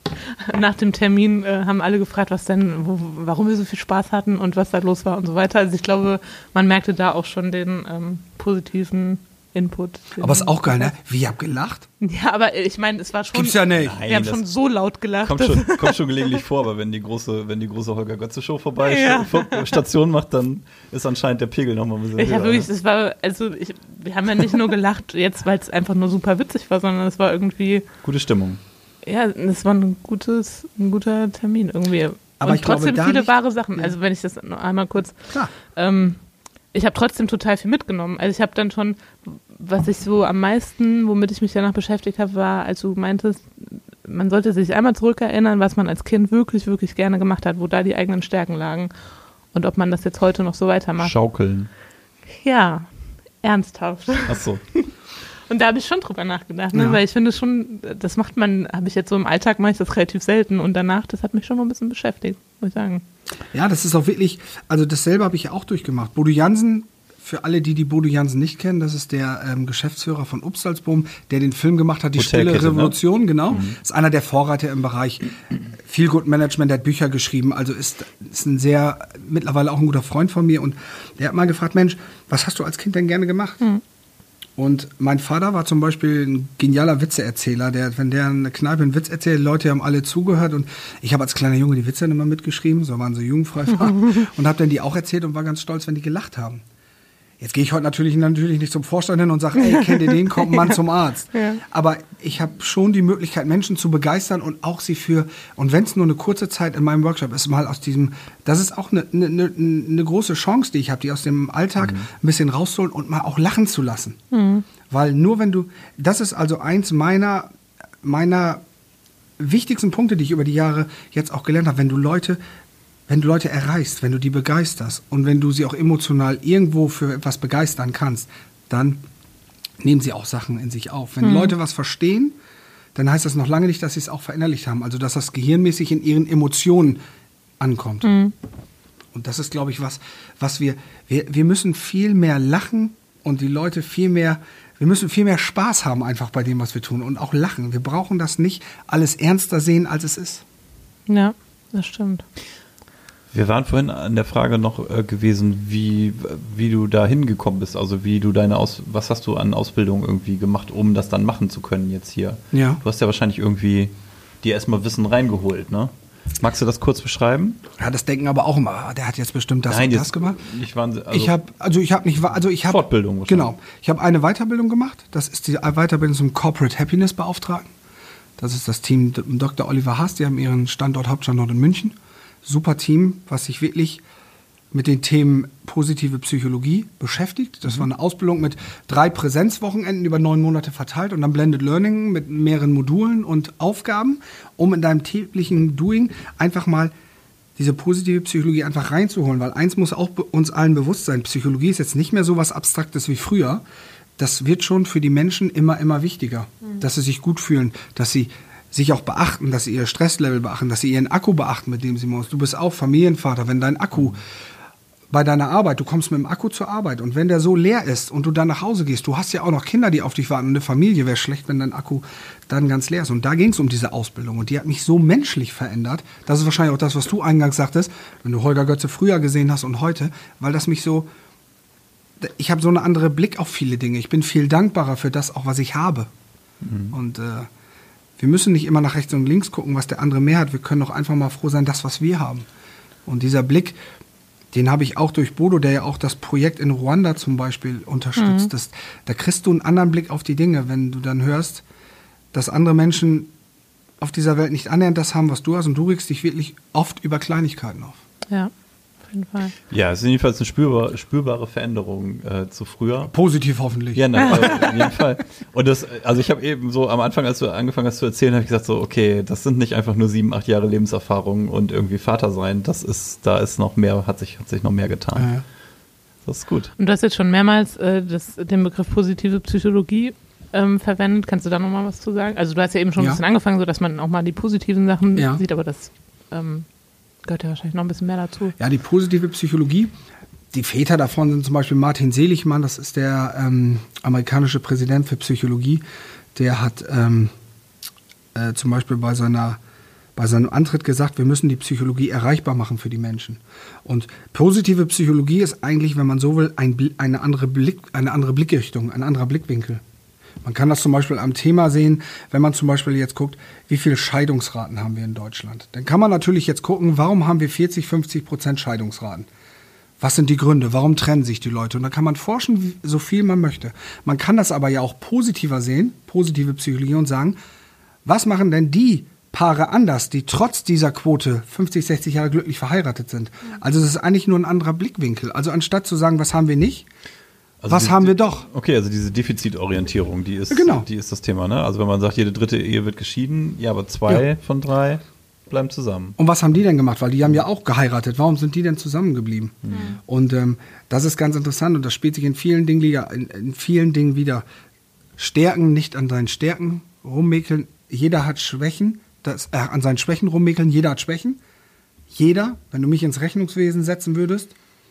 nach dem Termin äh, haben alle gefragt, was denn, wo, warum wir so viel Spaß hatten und was da los war und so weiter. Also ich glaube, man merkte da auch schon den ähm, positiven Input. Aber ist auch geil, ne? Wie, ihr habt gelacht? Ja, aber ich meine, es war schon... Gibt's ja nicht. Nein, wir haben schon so laut gelacht. Kommt schon, kommt schon gelegentlich vor, aber wenn die große, wenn die große Holger Götze-Show vorbei ja. Station macht, dann ist anscheinend der Pegel nochmal ein bisschen ich höher. Ja, wirklich, das war, also ich, wir haben ja nicht nur gelacht jetzt, weil es einfach nur super witzig war, sondern es war irgendwie... Gute Stimmung. Ja, es war ein, gutes, ein guter Termin irgendwie. Aber und ich trotzdem glaube, viele nicht, wahre Sachen. Ja. Also wenn ich das noch einmal kurz... Klar. Ähm, ich habe trotzdem total viel mitgenommen. Also ich habe dann schon, was ich so am meisten, womit ich mich danach beschäftigt habe, war, als du meintest, man sollte sich einmal zurückerinnern, was man als Kind wirklich, wirklich gerne gemacht hat, wo da die eigenen Stärken lagen und ob man das jetzt heute noch so weitermacht. Schaukeln. Ja, ernsthaft. Ach so. Und da habe ich schon drüber nachgedacht, ne? Ja. Weil ich finde schon, das macht man, habe ich jetzt so im Alltag, mache ich das relativ selten und danach, das hat mich schon mal ein bisschen beschäftigt, muss ich sagen. Ja, das ist auch wirklich, also dasselbe habe ich ja auch durchgemacht. Bodo Jansen, für alle, die die Bodo Jansen nicht kennen, das ist der ähm, Geschäftsführer von Upsalzboom, der den Film gemacht hat, Die Stille Hotelkette, Revolution, ne? genau. Mhm. Ist einer der Vorreiter im Bereich Feel Good Management, der hat Bücher geschrieben, also ist, ist ein sehr, mittlerweile auch ein guter Freund von mir und der hat mal gefragt, Mensch, was hast du als Kind denn gerne gemacht? Mhm. Und mein Vater war zum Beispiel ein genialer Witzeerzähler, der, wenn der in einer Kneipe einen Witz erzählt, die Leute haben alle zugehört und ich habe als kleiner Junge die Witze dann immer mitgeschrieben, so waren sie jugendfrei und habe dann die auch erzählt und war ganz stolz, wenn die gelacht haben. Jetzt gehe ich heute natürlich, natürlich nicht zum Vorstand hin und sage, ey, kennt ihr den, kommt ein Mann zum Arzt. Ja. Aber ich habe schon die Möglichkeit, Menschen zu begeistern und auch sie für, und wenn es nur eine kurze Zeit in meinem Workshop ist, mal aus diesem, das ist auch eine, eine, eine, eine große Chance, die ich habe, die aus dem Alltag mhm. ein bisschen rauszuholen und mal auch lachen zu lassen. Mhm. Weil nur wenn du, das ist also eins meiner, meiner wichtigsten Punkte, die ich über die Jahre jetzt auch gelernt habe, wenn du Leute Wenn du Leute erreichst, wenn du die begeisterst und wenn du sie auch emotional irgendwo für etwas begeistern kannst, dann nehmen sie auch Sachen in sich auf. Wenn mhm. Leute was verstehen, dann heißt das noch lange nicht, dass sie es auch verinnerlicht haben. Also dass das gehirnmäßig in ihren Emotionen ankommt. Mhm. Und das ist, glaube ich, was, was wir, wir, wir müssen viel mehr lachen und die Leute viel mehr, wir müssen viel mehr Spaß haben einfach bei dem, was wir tun und auch lachen. Wir brauchen das nicht alles ernster sehen, als es ist. Ja, das stimmt. Wir waren vorhin an der Frage noch äh, gewesen, wie, wie du da hingekommen bist, also wie du deine Aus, was hast du an Ausbildung irgendwie gemacht, um das dann machen zu können jetzt hier? Ja. Du hast ja wahrscheinlich irgendwie dir erstmal Wissen reingeholt, ne? Magst du das kurz beschreiben? Ja, das denken aber auch immer, der hat jetzt bestimmt das Nein, und das gemacht. Nicht Wahnsinn, also ich habe, also ich habe nicht, also ich habe Fortbildung wahrscheinlich. Genau, ich habe eine Weiterbildung gemacht. Das ist die Weiterbildung zum Corporate Happiness Beauftragten. Das ist das Team Doktor Oliver Haas. Die haben ihren Standort, Hauptstandort in München. Super Team, was sich wirklich mit den Themen positive Psychologie beschäftigt. Das war eine Ausbildung mit drei Präsenzwochenenden über neun Monate verteilt und dann Blended Learning mit mehreren Modulen und Aufgaben, um in deinem täglichen Doing einfach mal diese positive Psychologie einfach reinzuholen. Weil eins muss auch uns allen bewusst sein, Psychologie ist jetzt nicht mehr so was Abstraktes wie früher. Das wird schon für die Menschen immer, immer wichtiger, mhm. dass sie sich gut fühlen, dass sie sich auch beachten, dass sie ihr Stresslevel beachten, dass sie ihren Akku beachten, mit dem sie muss. Du bist auch Familienvater, wenn dein Akku bei deiner Arbeit, du kommst mit dem Akku zur Arbeit und wenn der so leer ist und du dann nach Hause gehst, du hast ja auch noch Kinder, die auf dich warten und eine Familie, wäre schlecht, wenn dein Akku dann ganz leer ist. Und da ging es um diese Ausbildung und die hat mich so menschlich verändert. Das ist wahrscheinlich auch das, was du eingangs sagtest, wenn du Holger Götze früher gesehen hast und heute, weil das mich so, ich habe so einen anderen Blick auf viele Dinge. Ich bin viel dankbarer für das, auch was ich habe. Mhm. Und äh, wir müssen nicht immer nach rechts und links gucken, was der andere mehr hat. Wir können auch einfach mal froh sein, das, was wir haben. Und dieser Blick, den habe ich auch durch Bodo, der ja auch das Projekt in Ruanda zum Beispiel unterstützt. Mhm. Das, da kriegst du einen anderen Blick auf die Dinge, wenn du dann hörst, dass andere Menschen auf dieser Welt nicht annähernd das haben, was du hast. Und du regst dich wirklich oft über Kleinigkeiten auf. Ja. Fall. Ja, es ist jedenfalls eine spürbar, spürbare Veränderung äh, zu früher. Positiv hoffentlich. Ja, nein, also in jedem Fall. Und das, also ich habe eben so am Anfang, als du angefangen hast zu erzählen, habe ich gesagt so, okay, das sind nicht einfach nur sieben, acht Jahre Lebenserfahrung und irgendwie Vater sein. Das ist, da ist noch mehr, hat sich, hat sich noch mehr getan. Ja. Das ist gut. Und du hast jetzt schon mehrmals äh, das, den Begriff positive Psychologie ähm, verwendet. Kannst du da noch mal was zu sagen? Also du hast ja eben schon ja. ein bisschen angefangen, so dass man auch mal die positiven Sachen ja. sieht, aber das ähm, gehört ja wahrscheinlich noch ein bisschen mehr dazu. Ja, die positive Psychologie. Die Väter davon sind zum Beispiel Martin Seligmann, das ist der ähm, amerikanische Präsident für Psychologie. Der hat ähm, äh, zum Beispiel bei, seiner, bei seinem Antritt gesagt, wir müssen die Psychologie erreichbar machen für die Menschen. Und positive Psychologie ist eigentlich, wenn man so will, ein, eine, andere Blick, eine andere Blickrichtung, ein anderer Blickwinkel. Man kann das zum Beispiel am Thema sehen, wenn man zum Beispiel jetzt guckt, wie viele Scheidungsraten haben wir in Deutschland. Dann kann man natürlich jetzt gucken, warum haben wir vierzig, fünfzig Prozent Scheidungsraten? Was sind die Gründe? Warum trennen sich die Leute? Und da kann man forschen, so viel man möchte. Man kann das aber ja auch positiver sehen, positive Psychologie, und sagen, was machen denn die Paare anders, die trotz dieser Quote fünfzig, sechzig Jahre glücklich verheiratet sind? Also es ist eigentlich nur ein anderer Blickwinkel. Also anstatt zu sagen, was haben wir nicht, Also Was die, haben wir doch? Okay, also diese Defizitorientierung, die ist, genau. die ist das Thema, ne? Also wenn man sagt, jede dritte Ehe wird geschieden, ja, aber zwei ja. von drei bleiben zusammen. Und was haben die denn gemacht? Weil die haben ja auch geheiratet. Warum sind die denn zusammengeblieben? Mhm. Und ähm, das ist ganz interessant und das spielt sich in vielen Dingen, in, in vielen Dingen wieder. Stärken, nicht an seinen Stärken rummäkeln. Jeder hat Schwächen, das, äh, an seinen Schwächen rummäkeln. Jeder hat Schwächen. Jeder, wenn du mich ins Rechnungswesen setzen würdest,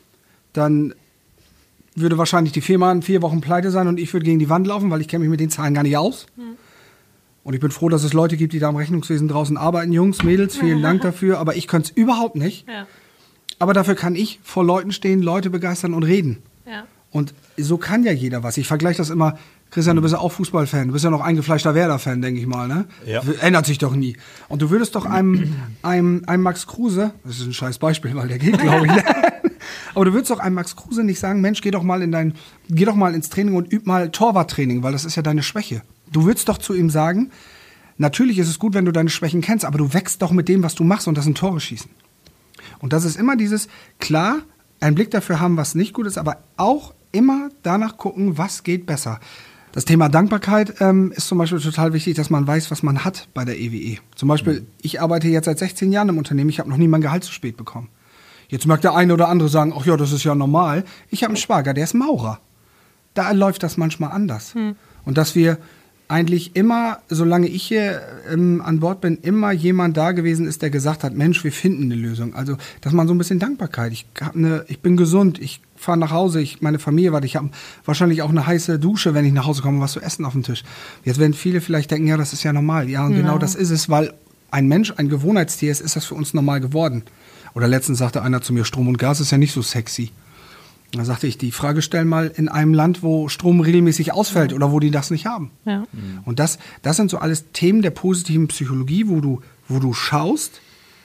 dann würde wahrscheinlich die Firma in vier Wochen pleite sein und ich würde gegen die Wand laufen, weil ich kenne mich mit den Zahlen gar nicht aus. Mhm. Und ich bin froh, dass es Leute gibt, die da im Rechnungswesen draußen arbeiten. Jungs, Mädels, vielen Dank dafür. Aber ich könnte es überhaupt nicht. Ja. Aber dafür kann ich vor Leuten stehen, Leute begeistern und reden. Ja. Und so kann ja jeder was. Ich vergleiche das immer. Christian, du bist ja auch Fußballfan. Du bist ja noch eingefleischter Werder-Fan, denke ich mal. Ne? Ja. Ändert sich doch nie. Und du würdest doch einem, einem, einem Max Kruse, das ist ein scheiß Beispiel, weil der geht, glaube ich. Aber du würdest doch einem Max Kruse nicht sagen, Mensch, geh doch mal in dein, geh doch mal ins Training und üb mal Torwarttraining, weil das ist ja deine Schwäche. Du würdest doch zu ihm sagen, natürlich ist es gut, wenn du deine Schwächen kennst, aber du wächst doch mit dem, was du machst und das sind Tore schießen. Und das ist immer dieses, klar, einen Blick dafür haben, was nicht gut ist, aber auch immer danach gucken, was geht besser. Das Thema Dankbarkeit ähm, ist zum Beispiel total wichtig, dass man weiß, was man hat bei der E W E. Zum Beispiel, mhm. ich arbeite jetzt seit sechzehn Jahren im Unternehmen, ich habe noch nie mein Gehalt zu spät bekommen. Jetzt mag der eine oder andere sagen, ach ja, das ist ja normal. Ich habe einen Schwager, der ist Maurer. Da läuft das manchmal anders. Mhm. Und dass wir eigentlich immer, solange ich hier ähm, an Bord bin, immer jemand da gewesen ist, der gesagt hat, Mensch, wir finden eine Lösung. Also, dass man so ein bisschen Dankbarkeit. Ich, hab eine, ich bin gesund, ich fahre nach Hause, ich, meine Familie wartet, ich habe wahrscheinlich auch eine heiße Dusche, wenn ich nach Hause komme, was zu essen auf dem Tisch. Jetzt werden viele vielleicht denken, ja, das ist ja normal. Ja, und ja. genau das ist es, weil ein Mensch ein Gewohnheitstier ist, ist das für uns normal geworden. Oder letztens sagte einer zu mir, Strom und Gas ist ja nicht so sexy. Da sagte ich, die Frage stell mal in einem Land, wo Strom regelmäßig ausfällt ja. oder wo die das nicht haben. Ja. Mhm. Und das, das sind so alles Themen der positiven Psychologie, wo du, wo du schaust,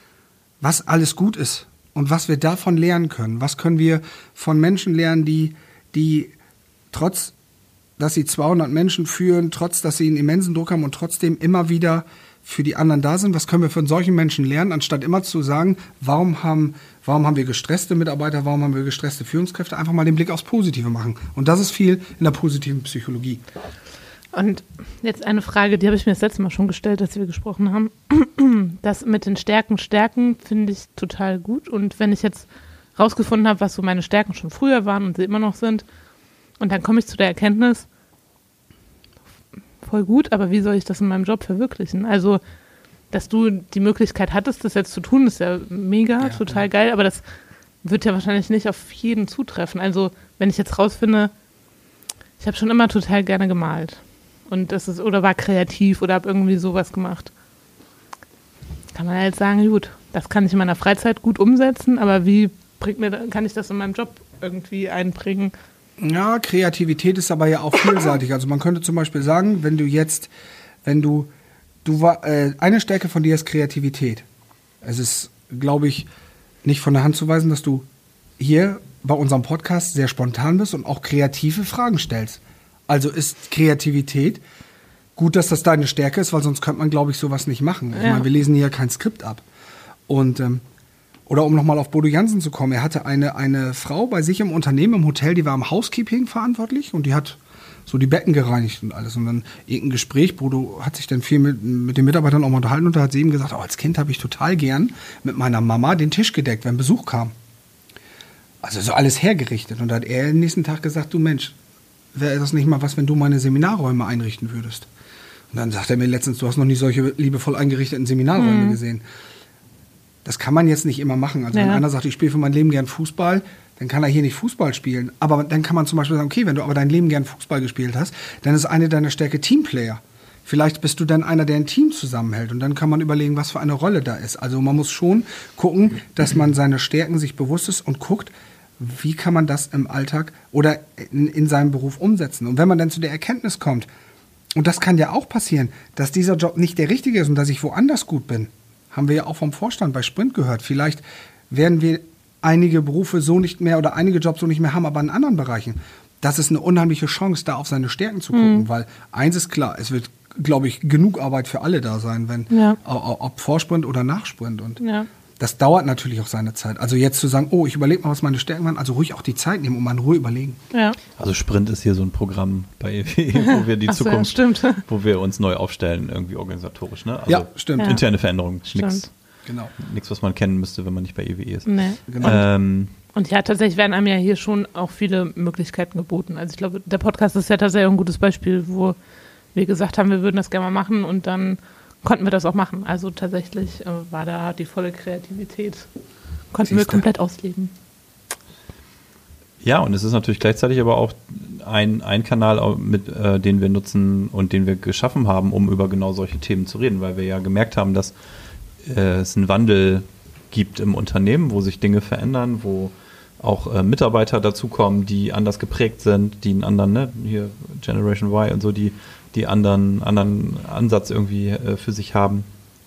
was alles gut ist und was wir davon lernen können. Was können wir von Menschen lernen, die, die trotz, dass sie zweihundert Menschen führen, trotz, dass sie einen immensen Druck haben und trotzdem immer wieder für die anderen da sind. Was können wir von solchen Menschen lernen, anstatt immer zu sagen, warum haben, warum haben wir gestresste Mitarbeiter, warum haben wir gestresste Führungskräfte? Einfach mal den Blick aufs Positive machen. Und das ist viel in der positiven Psychologie. Und jetzt eine Frage, die habe ich mir das letzte Mal schon gestellt, als wir gesprochen haben. Das mit den Stärken, Stärken finde ich total gut. Und wenn ich jetzt rausgefunden habe, was so meine Stärken schon früher waren und sie immer noch sind, und dann komme ich zu der Erkenntnis, voll gut, aber wie soll ich das in meinem Job verwirklichen? Also, dass du die Möglichkeit hattest, das jetzt zu tun, ist ja mega, ja, total ja. geil, aber das wird ja wahrscheinlich nicht auf jeden zutreffen. Also, wenn ich jetzt rausfinde, ich habe schon immer total gerne gemalt und das ist, oder war kreativ oder habe irgendwie sowas gemacht, kann man halt sagen, gut, das kann ich in meiner Freizeit gut umsetzen, aber wie bringt mir, kann ich das in meinem Job irgendwie einbringen? Ja, Kreativität ist aber ja auch vielseitig. Also man könnte zum Beispiel sagen, wenn du jetzt, wenn du, du war, äh, eine Stärke von dir ist Kreativität. Es ist, glaube ich, nicht von der Hand zu weisen, dass du hier bei unserem Podcast sehr spontan bist und auch kreative Fragen stellst. Also ist Kreativität gut, dass das deine Stärke ist, weil sonst könnte man, glaube ich, sowas nicht machen. Ich ja. meine, wir lesen hier kein Skript ab. Und ähm, Oder um nochmal auf Bodo Jansen zu kommen, er hatte eine, eine Frau bei sich im Unternehmen, im Hotel, die war am Housekeeping verantwortlich und die hat so die Betten gereinigt und alles. Und dann irgendein Gespräch, Bodo hat sich dann viel mit, mit den Mitarbeitern auch mal unterhalten und da hat sie ihm gesagt, oh, als Kind habe ich total gern mit meiner Mama den Tisch gedeckt, wenn Besuch kam. Also so alles hergerichtet. Und da hat er am nächsten Tag gesagt, du Mensch, wäre das nicht mal was, wenn du meine Seminarräume einrichten würdest? Und dann sagt er mir letztens, du hast noch nie solche liebevoll eingerichteten Seminarräume mhm. gesehen. Das kann man jetzt nicht immer machen. Also ja. wenn einer sagt, ich spiele für mein Leben gern Fußball, dann kann er hier nicht Fußball spielen. Aber dann kann man zum Beispiel sagen, okay, wenn du aber dein Leben gern Fußball gespielt hast, dann ist eine deiner Stärke Teamplayer. Vielleicht bist du dann einer, der ein Team zusammenhält. Und dann kann man überlegen, was für eine Rolle da ist. Also man muss schon gucken, dass man seine Stärken sich bewusst ist und guckt, wie kann man das im Alltag oder in, in seinem Beruf umsetzen. Und wenn man dann zu der Erkenntnis kommt, und das kann ja auch passieren, dass dieser Job nicht der richtige ist und dass ich woanders gut bin, haben wir ja auch vom Vorstand bei Sprint gehört. Vielleicht werden wir einige Berufe so nicht mehr oder einige Jobs so nicht mehr haben, aber in anderen Bereichen. Das ist eine unheimliche Chance, da auf seine Stärken zu gucken, mhm. weil eins ist klar, es wird, glaube ich, genug Arbeit für alle da sein, wenn ja. ob Vorsprint oder Nachsprint. Und ja. das dauert natürlich auch seine Zeit. Also jetzt zu sagen, oh, ich überlege mal, was meine Stärken waren, also ruhig auch die Zeit nehmen und mal in Ruhe überlegen. Ja. Also Sprint ist hier so ein Programm bei E W E, wo wir die Ach so, Zukunft, ja, stimmt. wo wir uns neu aufstellen, irgendwie organisatorisch. Ne? Also Ja, stimmt. Ja. interne Veränderung, nichts, Genau. nichts, was man kennen müsste, wenn man nicht bei E W E ist. Nee. Genau. Ähm, Und ja, tatsächlich werden einem ja hier schon auch viele Möglichkeiten geboten. Also ich glaube, der Podcast ist ja tatsächlich ein gutes Beispiel, wo wir gesagt haben, wir würden das gerne mal machen und dann konnten wir das auch machen. Also tatsächlich äh, war da die volle Kreativität, konnten wir Siehste. komplett ausleben. Ja, und es ist natürlich gleichzeitig aber auch ein, ein Kanal, mit, äh, den wir nutzen und den wir geschaffen haben, um über genau solche Themen zu reden, weil wir ja gemerkt haben, dass äh, es einen Wandel gibt im Unternehmen, wo sich Dinge verändern, wo auch äh, Mitarbeiter dazukommen, die anders geprägt sind, die einen anderen, ne, hier Generation Y und so, die, die anderen, anderen Ansatz irgendwie äh, für sich haben.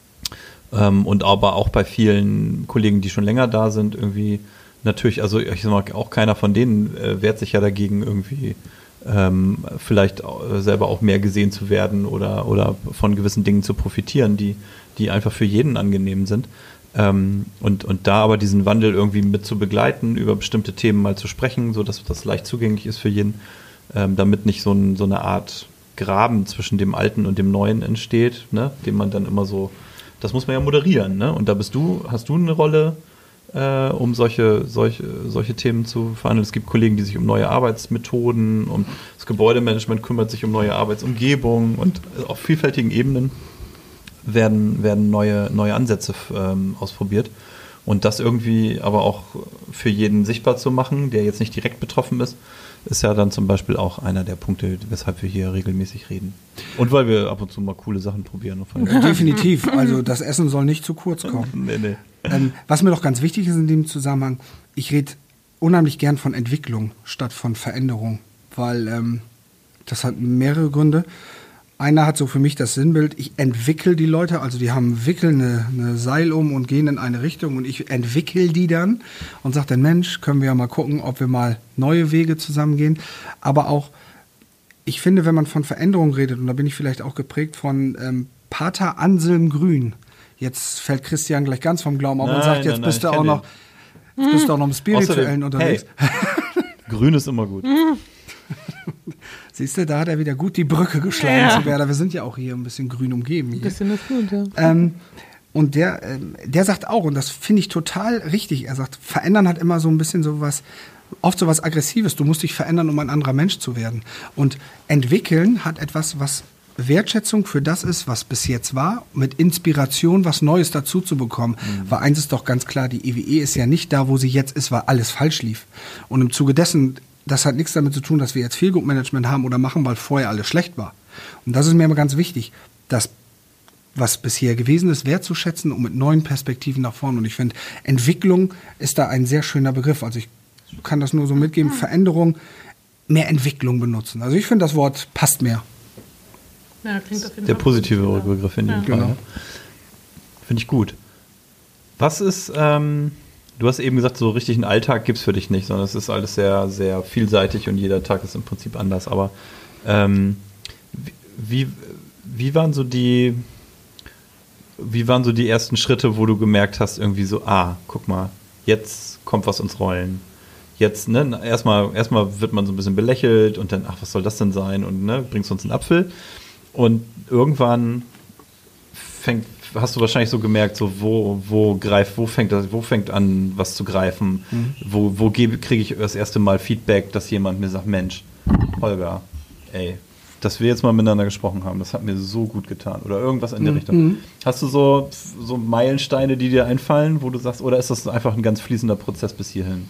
Ähm, und aber auch bei vielen Kollegen, die schon länger da sind, irgendwie natürlich, also ich sag mal, auch keiner von denen äh, wehrt sich ja dagegen, irgendwie ähm, vielleicht auch, äh, selber auch mehr gesehen zu werden oder, oder von gewissen Dingen zu profitieren, die, die einfach für jeden angenehm sind. Ähm, und, und da aber diesen Wandel irgendwie mit zu begleiten, über bestimmte Themen mal zu sprechen, sodass das leicht zugänglich ist für jeden, ähm, damit nicht so, ein, so eine Art Graben zwischen dem Alten und dem Neuen entsteht, ne, den man dann immer so, das muss man ja moderieren, ne? Und da bist du, hast du eine Rolle, äh, um solche, solche, solche Themen zu verhandeln. Es gibt Kollegen, die sich um neue Arbeitsmethoden, um das Gebäudemanagement kümmert sich um neue Arbeitsumgebungen und auf vielfältigen Ebenen werden, werden neue, neue Ansätze ähm, ausprobiert. Und das irgendwie aber auch für jeden sichtbar zu machen, der jetzt nicht direkt betroffen ist, ist ja dann zum Beispiel auch einer der Punkte, weshalb wir hier regelmäßig reden. Und weil wir ab und zu mal coole Sachen probieren. Definitiv. Also das Essen soll nicht zu kurz kommen. Nee, nee. Ähm, was mir doch ganz wichtig ist in dem Zusammenhang, ich rede unheimlich gern von Entwicklung statt von Veränderung, weil ähm, das hat mehrere Gründe. Einer hat so für mich das Sinnbild, ich entwickle die Leute, also die haben wickeln eine, eine Seil um und gehen in eine Richtung und ich entwickle die dann und sage dann, Mensch, können wir ja mal gucken, ob wir mal neue Wege zusammengehen. Aber auch, ich finde, wenn man von Veränderung redet, und da bin ich vielleicht auch geprägt von ähm, Pater Anselm Grün, jetzt fällt Christian gleich ganz vom Glauben ab und Nein, sagt, jetzt nein, bist nein, du auch ich noch, jetzt bist du auch noch im Spirituellen Außerdem, unterwegs. Hey, Grün ist immer gut. Siehst du, da hat er wieder gut die Brücke geschlagen Ja. zu Werder. Wir sind ja auch hier ein bisschen grün umgeben. Hier. Ein bisschen ist gut, ja. Ähm, und der, ähm, der sagt auch, und das finde ich total richtig, er sagt, verändern hat immer so ein bisschen so was, oft so was Aggressives. Du musst dich verändern, um ein anderer Mensch zu werden. Und entwickeln hat etwas, was Wertschätzung für das ist, was bis jetzt war, mit Inspiration was Neues dazu zu bekommen. Mhm. Weil eins ist doch ganz klar, die E W E ist ja nicht da, wo sie jetzt ist, weil alles falsch lief. Und im Zuge dessen, das hat nichts damit zu tun, dass wir jetzt Feel-Good-Management haben oder machen, weil vorher alles schlecht war. Und das ist mir immer ganz wichtig, das, was bisher gewesen ist, wertzuschätzen und mit neuen Perspektiven nach vorne. Und ich finde, Entwicklung ist da ein sehr schöner Begriff. Also ich kann das nur so mitgeben, Veränderung, mehr Entwicklung benutzen. Also ich finde, das Wort passt mehr. Ja, klingt auf jeden Der Fall positive gut, ja. Begriff in dem Ja. Fall. Genau. Ja. Finde ich gut. Was ist, ähm, du hast eben gesagt, so richtig einen Alltag gibt es für dich nicht, sondern es ist alles sehr, sehr vielseitig und jeder Tag ist im Prinzip anders. Aber ähm, wie, wie waren so die, wie waren so die ersten Schritte, wo du gemerkt hast, irgendwie so, ah, guck mal, jetzt kommt was ins Rollen. Jetzt, ne, erstmal, erstmal wird man so ein bisschen belächelt und dann, ach, was soll das denn sein? Und ne, bringst uns einen Apfel. Und irgendwann fängt, hast du wahrscheinlich so gemerkt, so wo, wo greift, wo fängt das, wo fängt an, was zu greifen? Mhm. Wo, wo kriege ich das erste Mal Feedback, dass jemand mir sagt, Mensch, Holger, ey, dass wir jetzt mal miteinander gesprochen haben, das hat mir so gut getan. Oder irgendwas in der mhm. Richtung. Hast du so, so Meilensteine, die dir einfallen, wo du sagst, oder ist das einfach ein ganz fließender Prozess bis hierhin?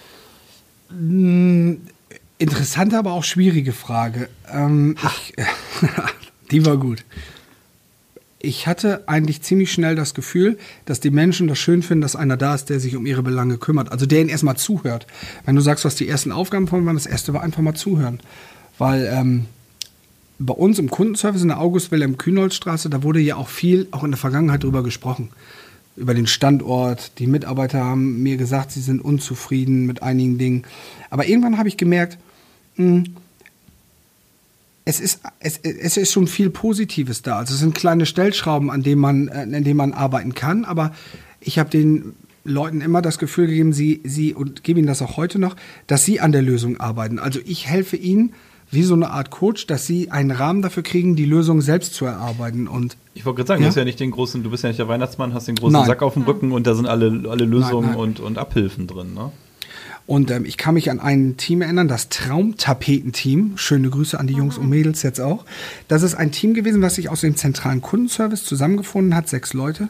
Interessante, aber auch schwierige Frage. Ähm, ich, die war gut. Ich hatte eigentlich ziemlich schnell das Gefühl, dass die Menschen das schön finden, dass einer da ist, der sich um ihre Belange kümmert. Also der ihnen erstmal zuhört. Wenn du sagst, was die ersten Aufgaben von waren, das erste war einfach mal zuhören. Weil ähm, bei uns im Kundenservice in der August-Wilhelm-Kühnholz-Straße, da wurde ja auch viel, auch in der Vergangenheit drüber gesprochen. Über den Standort. Die Mitarbeiter haben mir gesagt, sie sind unzufrieden mit einigen Dingen. Aber irgendwann habe ich gemerkt, mh, es ist, es, es ist schon viel Positives da. Also es sind kleine Stellschrauben, an denen man, an denen man arbeiten kann. Aber ich habe den Leuten immer das Gefühl gegeben, sie, sie, und gebe ihnen das auch heute noch, dass sie an der Lösung arbeiten. Also ich helfe ihnen wie so eine Art Coach, dass sie einen Rahmen dafür kriegen, die Lösung selbst zu erarbeiten. Und ich wollte gerade sagen, ja? du hast ja nicht den großen, du bist ja nicht der Weihnachtsmann, hast den großen Nein. Sack auf dem Rücken und da sind alle, alle Lösungen Nein, nein. Und, und Abhilfen drin, ne? Und ähm, ich kann mich an ein Team erinnern, das Traumtapetenteam. Schöne Grüße an die Jungs und Mädels jetzt auch. Das ist ein Team gewesen, was sich aus dem zentralen Kundenservice zusammengefunden hat, sechs Leute.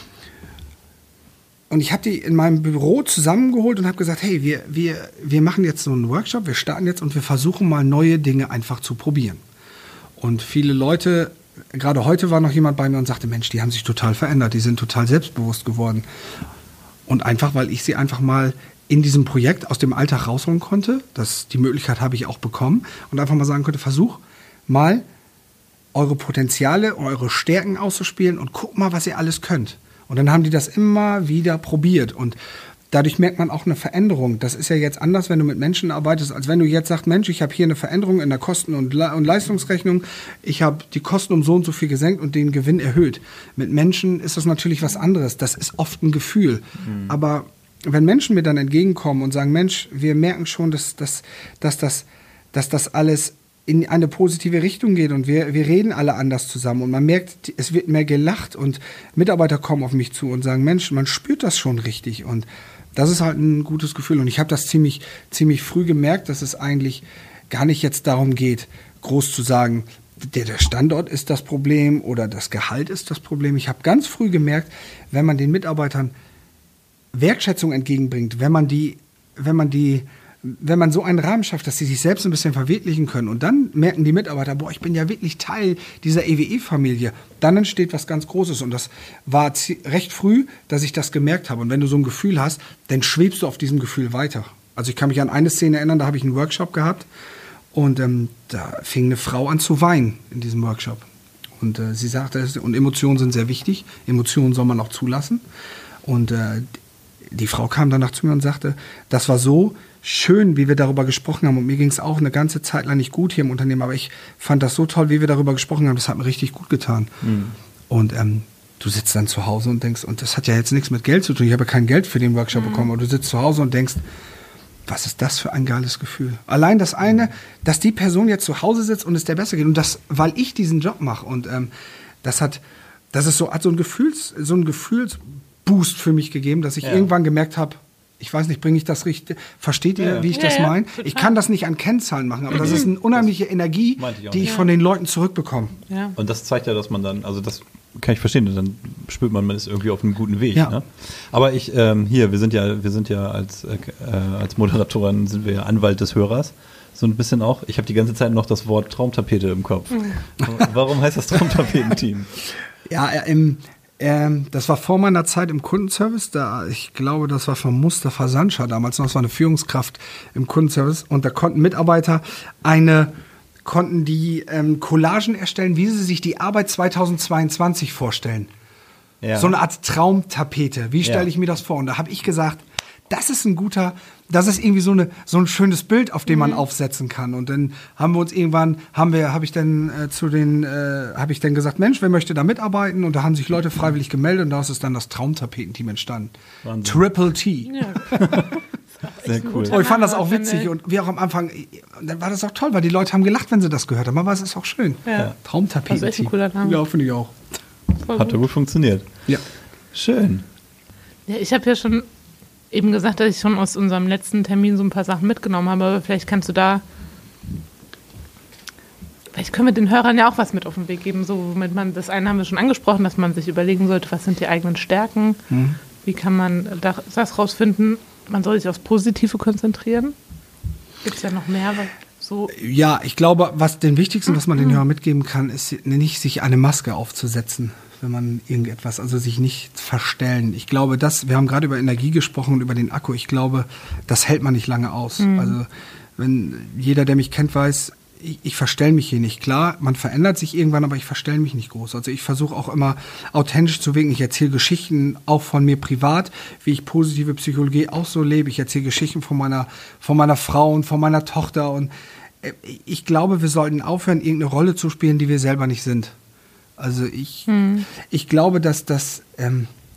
Und ich habe die in meinem Büro zusammengeholt und habe gesagt, hey, wir, wir, wir machen jetzt so einen Workshop, wir starten jetzt und wir versuchen mal neue Dinge einfach zu probieren. Und viele Leute, gerade heute war noch jemand bei mir und sagte, Mensch, die haben sich total verändert, die sind total selbstbewusst geworden. Und einfach, weil ich sie einfach mal in diesem Projekt aus dem Alltag rausholen konnte, das, die Möglichkeit habe ich auch bekommen, und einfach mal sagen konnte, versuch mal eure Potenziale, eure Stärken auszuspielen und guck mal, was ihr alles könnt. Und dann haben die das immer wieder probiert und dadurch merkt man auch eine Veränderung. Das ist ja jetzt anders, wenn du mit Menschen arbeitest, als wenn du jetzt sagst, Mensch, ich habe hier eine Veränderung in der Kosten- und, Le- und Leistungsrechnung, ich habe die Kosten um so und so viel gesenkt und den Gewinn erhöht. Mit Menschen ist das natürlich was anderes. Das ist oft ein Gefühl. Mhm. Aber wenn Menschen mir dann entgegenkommen und sagen, Mensch, wir merken schon, dass, dass, dass, das, dass das alles in eine positive Richtung geht und wir, wir reden alle anders zusammen und man merkt, es wird mehr gelacht und Mitarbeiter kommen auf mich zu und sagen, Mensch, man spürt das schon richtig und das ist halt ein gutes Gefühl und ich habe das ziemlich, ziemlich früh gemerkt, dass es eigentlich gar nicht jetzt darum geht, groß zu sagen, der, der Standort ist das Problem oder das Gehalt ist das Problem. Ich habe ganz früh gemerkt, wenn man den Mitarbeitern Wertschätzung entgegenbringt, wenn man die, wenn man die wenn man so einen Rahmen schafft, dass sie sich selbst ein bisschen verwirklichen können und dann merken die Mitarbeiter, boah, ich bin ja wirklich Teil dieser E W E-Familie, dann entsteht was ganz Großes und das war recht früh, dass ich das gemerkt habe und wenn du so ein Gefühl hast, dann schwebst du auf diesem Gefühl weiter. Also ich kann mich an eine Szene erinnern, da habe ich einen Workshop gehabt und ähm, da fing eine Frau an zu weinen in diesem Workshop und äh, sie sagte, und Emotionen sind sehr wichtig, Emotionen soll man auch zulassen und äh, die Frau kam danach zu mir und sagte, das war so schön, wie wir darüber gesprochen haben. Und mir ging es auch eine ganze Zeit lang nicht gut hier im Unternehmen. Aber ich fand das so toll, wie wir darüber gesprochen haben. Das hat mir richtig gut getan. Mhm. Und ähm, du sitzt dann zu Hause und denkst, und das hat ja jetzt nichts mit Geld zu tun. Ich habe ja kein Geld für den Workshop mhm. bekommen. Aber du sitzt zu Hause und denkst, was ist das für ein geiles Gefühl? Allein das eine, dass die Person jetzt zu Hause sitzt und es der besser geht. Und das, weil ich diesen Job mache. Und ähm, das hat, das ist so, hat so ein Gefühls, so ein Gefühlsboost für mich gegeben, dass ich ja. irgendwann gemerkt habe, ich weiß nicht, bringe ich das richtig, versteht ihr, ja. wie ich ja, das ja, meine? Total. Ich kann das nicht an Kennzahlen machen, aber das ist eine unheimliche das Energie, ich die ich ja. von den Leuten zurückbekomme. Ja. Und das zeigt ja, dass man dann, also das kann ich verstehen, dann spürt man, man ist irgendwie auf einem guten Weg. Ja. Ne? Aber ich, ähm, hier, wir sind ja, wir sind ja als, äh, als Moderatoren, sind wir ja Anwalt des Hörers. So ein bisschen auch. Ich habe die ganze Zeit noch das Wort Traumtapete im Kopf. Mhm. Warum heißt das Traumtapetenteam? Ja, im Ähm, das war vor meiner Zeit im Kundenservice. Da, ich glaube, das war von Mustafa Sancha damals noch. Das war eine Führungskraft im Kundenservice. Und da konnten Mitarbeiter eine, konnten die ähm, Collagen erstellen, wie sie sich die Arbeit zweitausendzweiundzwanzig vorstellen. Ja. So eine Art Traumtapete. Wie stelle ja. ich mir das vor? Und da habe ich gesagt, das ist ein guter, das ist irgendwie so, eine, so ein schönes Bild, auf dem man mhm. aufsetzen kann. Und dann haben wir uns irgendwann, haben wir, habe ich dann äh, zu den, äh, habe ich dann gesagt, Mensch, wer möchte da mitarbeiten? Und da haben sich Leute freiwillig gemeldet und daraus ist dann das Traumtapetenteam entstanden. Wahnsinn. Triple T. Ja. Sehr cool. Oh, ich fand das auch witzig und wie auch am Anfang, dann war das auch toll, weil die Leute haben gelacht, wenn sie das gehört haben. Aber es ist auch schön. Ja. Traumtapetenteam. Das ist echt ein cooler Name. Ja, finde ich auch. Hat ja gut funktioniert. Ja. Schön. Ja, ich habe ja schon eben gesagt, dass ich schon aus unserem letzten Termin so ein paar Sachen mitgenommen habe, aber vielleicht kannst du da, vielleicht können wir den Hörern ja auch was mit auf den Weg geben, so womit man, das eine haben wir schon angesprochen, dass man sich überlegen sollte, was sind die eigenen Stärken, mhm. wie kann man das rausfinden, man soll sich aufs Positive konzentrieren. Gibt es ja noch mehr, weil so. Ja, ich glaube, was den Wichtigsten, was man den Hörern mitgeben kann, ist nicht, sich eine Maske aufzusetzen, wenn man irgendetwas, also sich nicht verstellen. Ich glaube, das, wir haben gerade über Energie gesprochen und über den Akku. Ich glaube, das hält man nicht lange aus. Mhm. Also, wenn jeder, der mich kennt, weiß, ich, ich verstelle mich hier nicht. Klar, man verändert sich irgendwann, aber ich verstelle mich nicht groß. Also, ich versuche auch immer authentisch zu wirken. Ich erzähle Geschichten auch von mir privat, wie ich positive Psychologie auch so lebe. Ich erzähle Geschichten von meiner, von meiner Frau und von meiner Tochter und ich glaube, wir sollten aufhören, irgendeine Rolle zu spielen, die wir selber nicht sind. Also ich, hm. ich glaube, dass das, ähm,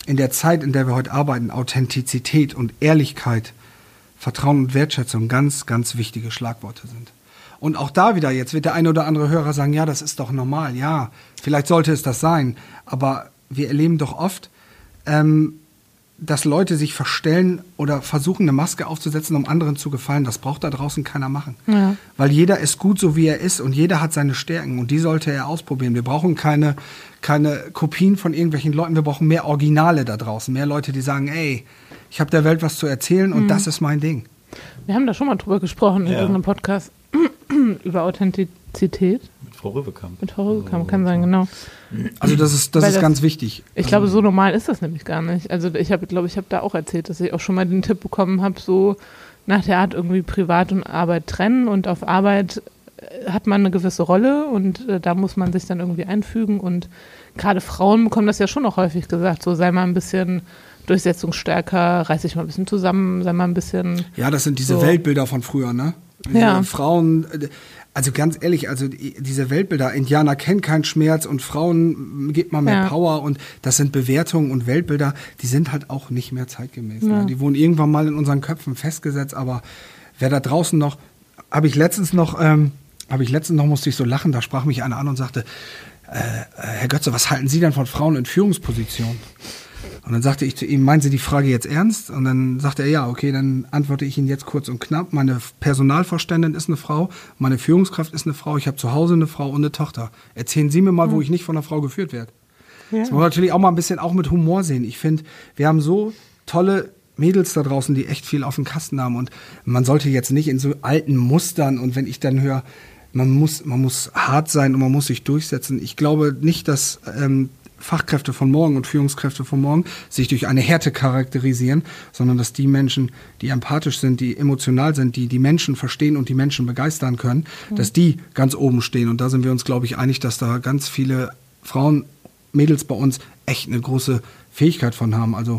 in der Zeit, in der wir heute arbeiten, Authentizität und Ehrlichkeit, Vertrauen und Wertschätzung ganz, ganz wichtige Schlagworte sind. Und auch da wieder, jetzt wird der eine oder andere Hörer sagen, ja, das ist doch normal, ja, vielleicht sollte es das sein, aber wir erleben doch oft, ähm, dass Leute sich verstellen oder versuchen, eine Maske aufzusetzen, um anderen zu gefallen. Das braucht da draußen keiner machen. Ja. Weil jeder ist gut, so wie er ist und jeder hat seine Stärken und die sollte er ausprobieren. Wir brauchen keine, keine Kopien von irgendwelchen Leuten, wir brauchen mehr Originale da draußen, mehr Leute, die sagen, ey, ich habe der Welt was zu erzählen und mhm. das ist mein Ding. Wir haben da schon mal drüber gesprochen in ja. irgendeinem Podcast über Authentizität. Mit Frau Röwekamp. Mit Frau Röwekamp, kann sein, genau. Also das ist, das ist das, ganz wichtig. Ich glaube, so normal ist das nämlich gar nicht. Also ich habe, glaube ich, habe da auch erzählt, dass ich auch schon mal den Tipp bekommen habe, so nach der Art irgendwie Privat und Arbeit trennen und auf Arbeit hat man eine gewisse Rolle und äh, da muss man sich dann irgendwie einfügen und gerade Frauen bekommen das ja schon auch häufig gesagt, so sei mal ein bisschen durchsetzungsstärker, reiß dich mal ein bisschen zusammen, sei mal ein bisschen... Ja, das sind diese so. Weltbilder von früher, ne? Diese ja. Frauen, also ganz ehrlich, also diese Weltbilder, Indianer kennen keinen Schmerz und Frauen gibt mal mehr ja. Power und das sind Bewertungen und Weltbilder, die sind halt auch nicht mehr zeitgemäß. Ja. Ne? Die wurden irgendwann mal in unseren Köpfen festgesetzt, aber wer da draußen noch, habe ich letztens noch, ähm, habe ich letztens noch, musste ich so lachen, da sprach mich einer an und sagte, äh, Herr Götze, was halten Sie denn von Frauen in Führungspositionen? Und dann sagte ich zu ihm, meinen Sie die Frage jetzt ernst? Und dann sagte er, ja, okay, dann antworte ich Ihnen jetzt kurz und knapp. Meine Personalvorständin ist eine Frau, meine Führungskraft ist eine Frau, ich habe zu Hause eine Frau und eine Tochter. Erzählen Sie mir mal, wo ich nicht von einer Frau geführt werde. Ja. Das muss man natürlich auch mal ein bisschen auch mit Humor sehen. Ich finde, wir haben so tolle Mädels da draußen, die echt viel auf dem Kasten haben. Und man sollte jetzt nicht in so alten Mustern und wenn ich dann höre, man muss, man muss hart sein und man muss sich durchsetzen. Ich glaube nicht, dass... Ähm, Fachkräfte von morgen und Führungskräfte von morgen sich durch eine Härte charakterisieren, sondern dass die Menschen, die empathisch sind, die emotional sind, die die Menschen verstehen und die Menschen begeistern können, mhm. dass die ganz oben stehen. Und da sind wir uns, glaube ich, einig, dass da ganz viele Frauen, Mädels bei uns echt eine große Fähigkeit von haben. Also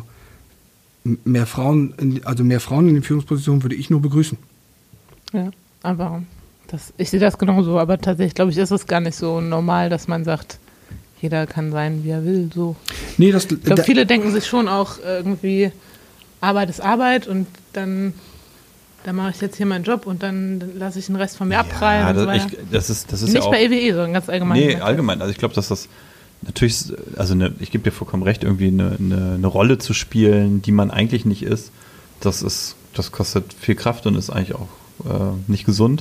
mehr Frauen, in, also mehr Frauen in den Führungspositionen würde ich nur begrüßen. Ja, aber das, ich sehe das genauso, aber tatsächlich, glaube ich, ist es gar nicht so normal, dass man sagt, jeder kann sein, wie er will, so. Nee, das, ich glaube, viele denken sich schon auch irgendwie, Arbeit ist Arbeit und dann, dann mache ich jetzt hier meinen Job und dann lasse ich den Rest von mir ja, abprallen und so weiter. Ich, das ist, das ist Nicht ja auch, bei E W E, sondern ganz allgemein. Nee, allgemein. Also ich glaube, dass das natürlich, also eine, ich gebe dir vollkommen recht, irgendwie eine, eine, eine Rolle zu spielen, die man eigentlich nicht ist, das ist, das kostet viel Kraft und ist eigentlich auch äh, nicht gesund.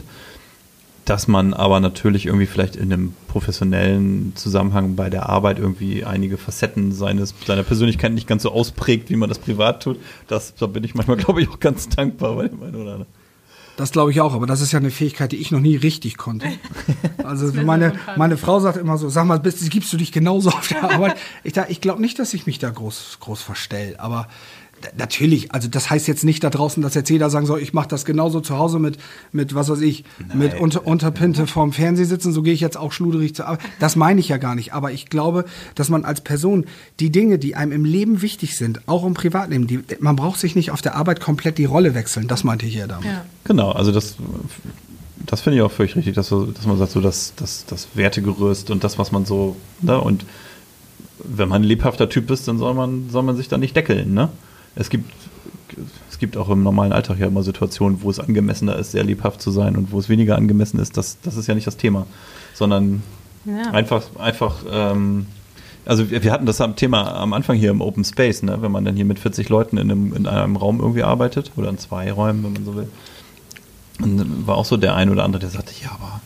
Dass man aber natürlich irgendwie vielleicht in einem professionellen Zusammenhang bei der Arbeit irgendwie einige Facetten seines, seiner Persönlichkeit nicht ganz so ausprägt, wie man das privat tut. Das, da bin ich manchmal, glaube ich, auch ganz dankbar bei dem einen oder anderen. Das glaube ich auch, aber das ist ja eine Fähigkeit, die ich noch nie richtig konnte. Also meine, meine Frau sagt immer so, sag mal, bist, gibst du dich genauso auf der Arbeit? Ich, ich glaube nicht, dass ich mich da groß, groß verstelle, aber natürlich, also das heißt jetzt nicht da draußen, dass jetzt jeder sagen soll, ich mache das genauso zu Hause mit, mit was weiß ich, Nein. mit unter, Unterpinte vorm Fernseher sitzen, so gehe ich jetzt auch schluderig zur Arbeit. Das meine ich ja gar nicht, aber ich glaube, dass man als Person die Dinge, die einem im Leben wichtig sind, auch im Privatleben, die, man braucht sich nicht auf der Arbeit komplett die Rolle wechseln, das meinte ich ja damit. Ja. Genau, also das, das finde ich auch völlig richtig, dass, dass man sagt, so das, das, das Wertegerüst und das, was man so, ne, und wenn man ein lebhafter Typ ist, dann soll man, soll man sich da nicht deckeln, ne? Es gibt, es gibt auch im normalen Alltag ja immer Situationen, wo es angemessener ist, sehr lebhaft zu sein und wo es weniger angemessen ist. Das, das ist ja nicht das Thema, sondern ja. einfach, einfach ähm, also wir, wir hatten das am Thema am Anfang hier im Open Space, ne? Wenn man dann hier mit vierzig Leuten in einem, in einem Raum irgendwie arbeitet oder in zwei Räumen, wenn man so will. Und dann war auch so der ein oder andere, der sagte, ja, aber,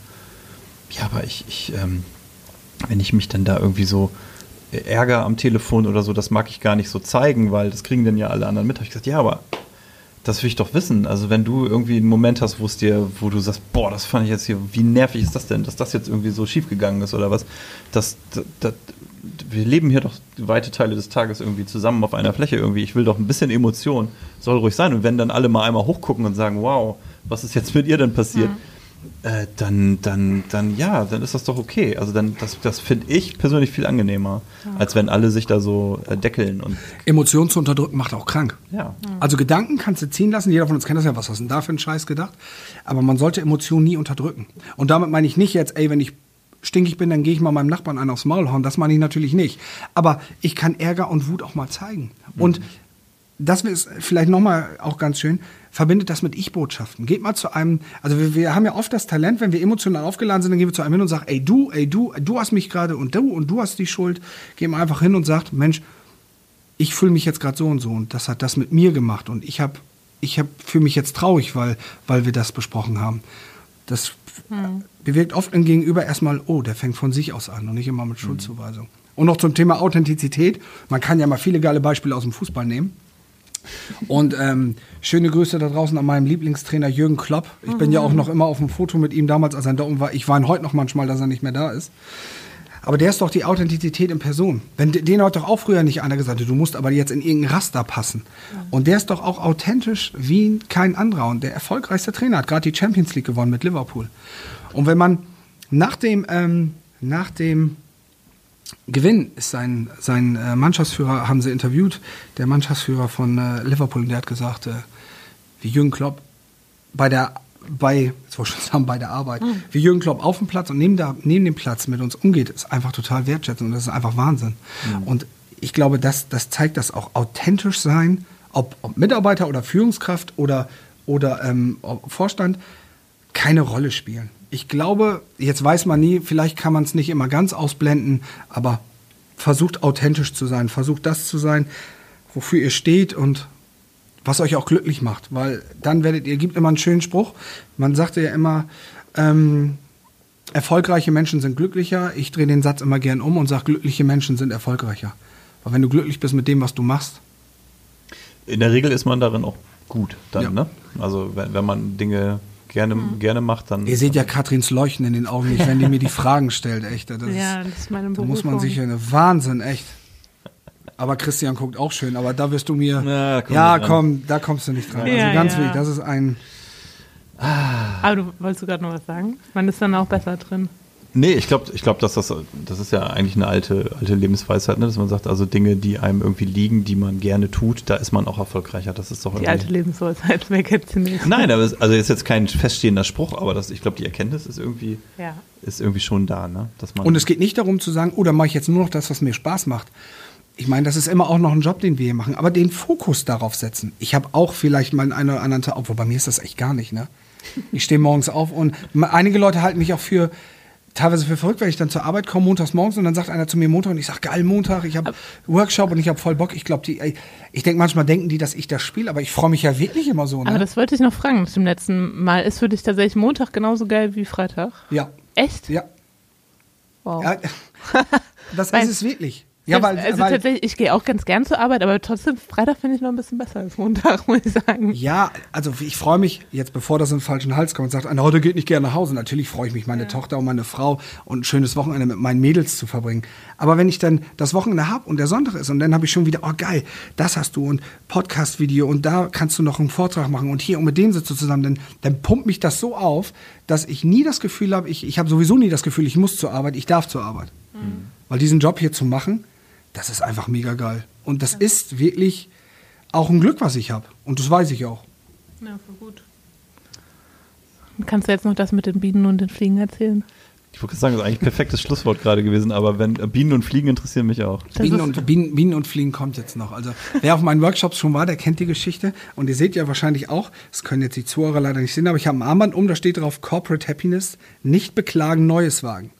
ja, aber ich, ich ähm, wenn ich mich dann da irgendwie so Ärger am Telefon oder so, das mag ich gar nicht so zeigen, weil das kriegen dann ja alle anderen mit. Da habe ich gesagt, ja, aber das will ich doch wissen. Also wenn du irgendwie einen Moment hast, wo es dir, wo du sagst, boah, das fand ich jetzt hier, wie nervig ist das denn, dass das jetzt irgendwie so schief gegangen ist oder was, das, das, das wir leben hier doch weite Teile des Tages irgendwie zusammen auf einer Fläche irgendwie. Ich will doch ein bisschen Emotion, soll ruhig sein. Und wenn dann alle mal einmal hochgucken und sagen, wow, was ist jetzt mit ihr denn passiert? Mhm. Äh, dann, dann, dann, ja, dann ist das doch okay. Also dann, das, das finde ich persönlich viel angenehmer, ja. als wenn alle sich da so äh, deckeln. Und Emotionen zu unterdrücken macht auch krank. Ja. Also Gedanken kannst du ziehen lassen, jeder von uns kennt das ja, was hast du denn da für einen Scheiß gedacht? Aber man sollte Emotionen nie unterdrücken. Und damit meine ich nicht jetzt, ey, wenn ich stinkig bin, dann gehe ich mal meinem Nachbarn einen aufs Maul hauen. Das meine ich natürlich nicht. Aber ich kann Ärger und Wut auch mal zeigen. Mhm. Und das ist vielleicht nochmal auch ganz schön, verbindet das mit Ich-Botschaften. Geht mal zu einem, also wir, wir haben ja oft das Talent, wenn wir emotional aufgeladen sind, dann gehen wir zu einem hin und sagen, ey du, ey du, du hast mich gerade und du und du hast die Schuld. Gehen wir einfach hin und sagt, Mensch, ich fühle mich jetzt gerade so und so und das hat das mit mir gemacht und ich habe, ich habe fühle mich jetzt traurig, weil, weil wir das besprochen haben. Das hm. bewirkt oft im Gegenüber erstmal, oh, der fängt von sich aus an und nicht immer mit Schuldzuweisung. Hm. Und noch zum Thema Authentizität. Man kann ja mal viele geile Beispiele aus dem Fußball nehmen. Und ähm, schöne Grüße da draußen an meinem Lieblingstrainer Jürgen Klopp. Ich mhm. bin ja auch noch immer auf dem Foto mit ihm damals, als er da oben war. Ich weine heute noch manchmal, dass er nicht mehr da ist. Aber der ist doch die Authentizität in Person. Wenn, den hat doch auch früher nicht einer gesagt, du musst aber jetzt in irgendein Raster passen. Mhm. Und der ist doch auch authentisch wie kein anderer. Und der erfolgreichste Trainer hat gerade die Champions League gewonnen mit Liverpool. Und wenn man nach dem, ähm, nach dem Gewinn ist sein, sein äh, Mannschaftsführer, haben sie interviewt, der Mannschaftsführer von äh, Liverpool, der hat gesagt, äh, wie Jürgen Klopp bei der, bei, jetzt wollte ich schon sagen, bei der Arbeit, mhm. wie Jürgen Klopp auf dem Platz und neben, der, neben dem Platz mit uns umgeht, ist einfach total wertschätzend und das ist einfach Wahnsinn. Mhm. Und ich glaube, das, das zeigt das auch authentisch sein, ob, ob Mitarbeiter oder Führungskraft oder, oder ähm, Vorstand, keine Rolle spielen. Ich glaube, jetzt weiß man nie, vielleicht kann man es nicht immer ganz ausblenden, aber versucht authentisch zu sein, versucht das zu sein, wofür ihr steht und was euch auch glücklich macht, weil dann werdet ihr, gibt immer einen schönen Spruch, man sagte ja immer, ähm, erfolgreiche Menschen sind glücklicher, ich drehe den Satz immer gern um und sage, glückliche Menschen sind erfolgreicher, weil wenn du glücklich bist mit dem, was du machst. In der Regel ist man darin auch gut dann, ja. ne? Also wenn, wenn man Dinge gerne, mhm. gerne macht, dann... Ihr seht ja Katrins Leuchten in den Augen nicht, wenn die mir die Fragen stellt, echt. Das ja, ist, das ist meine Berufung. Da muss man sich eine Wahnsinn, echt. Aber Christian guckt auch schön, aber da wirst du mir... Na, komm ja, komm, da kommst du nicht dran. Ja, also ganz ja. wichtig, das ist ein... Ah. Aber du wolltest du gerade noch was sagen? Man ist dann auch besser drin. Nee, ich glaube, ich glaub, dass das, das ist ja eigentlich eine alte, alte Lebensweisheit, ne? Dass man sagt, also Dinge, die einem irgendwie liegen, die man gerne tut, da ist man auch erfolgreicher. Das ist doch die alte Lebensweisheit, wer kennt sie nicht? Nein, aber es, also ist jetzt kein feststehender Spruch, aber das, ich glaube, die Erkenntnis ist irgendwie, ja. ist irgendwie schon da. Ne? Dass man Und es geht nicht darum zu sagen, oh, dann mache ich jetzt nur noch das, was mir Spaß macht. Ich meine, das ist immer auch noch ein Job, den wir hier machen, aber den Fokus darauf setzen. Ich habe auch vielleicht mal einen oder anderen Tag, obwohl bei mir ist das echt gar nicht, ne? Ich stehe morgens auf und einige Leute halten mich auch für teilweise für verrückt, weil ich dann zur Arbeit komme, montags morgens und dann sagt einer zu mir Montag und ich sage, geil, Montag, ich habe Workshop und ich habe voll Bock. Ich glaube, die, ich denke, manchmal denken die, dass ich das spiele, aber ich freue mich ja wirklich immer so. Ne? Aber das wollte ich noch fragen mit dem letzten Mal. Ist für dich tatsächlich Montag genauso geil wie Freitag? Ja. Echt? Ja. Wow. Ja, das ist es wirklich. Ja, weil, also weil, tatsächlich, ich gehe auch ganz gern zur Arbeit, aber trotzdem, Freitag finde ich noch ein bisschen besser als Montag, muss ich sagen. Ja, also ich freue mich, jetzt bevor das in den falschen Hals kommt und sagt, einer heute geht nicht gerne nach Hause. Natürlich freue ich mich, meine ja. Tochter und meine Frau und ein schönes Wochenende mit meinen Mädels zu verbringen. Aber wenn ich dann das Wochenende habe und der Sonntag ist und dann habe ich schon wieder, oh geil, das hast du und Podcast-Video und da kannst du noch einen Vortrag machen und hier und mit dem sitzt du zusammen, dann, dann pumpt mich das so auf, dass ich nie das Gefühl habe, ich, ich habe sowieso nie das Gefühl, ich muss zur Arbeit, ich darf zur Arbeit. Mhm. Weil diesen Job hier zu machen, das ist einfach mega geil. Und das ja. ist wirklich auch ein Glück, was ich habe. Und das weiß ich auch. Ja, voll gut. Kannst du jetzt noch das mit den Bienen und den Fliegen erzählen? Ich wollte sagen, das ist eigentlich ein perfektes Schlusswort gerade gewesen, aber wenn Bienen und Fliegen interessieren mich auch. Bienen und, Bienen, Bienen und Fliegen kommt jetzt noch. Also wer auf meinen Workshops schon war, der kennt die Geschichte. Und ihr seht ja wahrscheinlich auch, das können jetzt die Zuhörer leider nicht sehen, aber ich habe ein Armband um, da steht drauf Corporate Happiness, nicht beklagen, Neues wagen.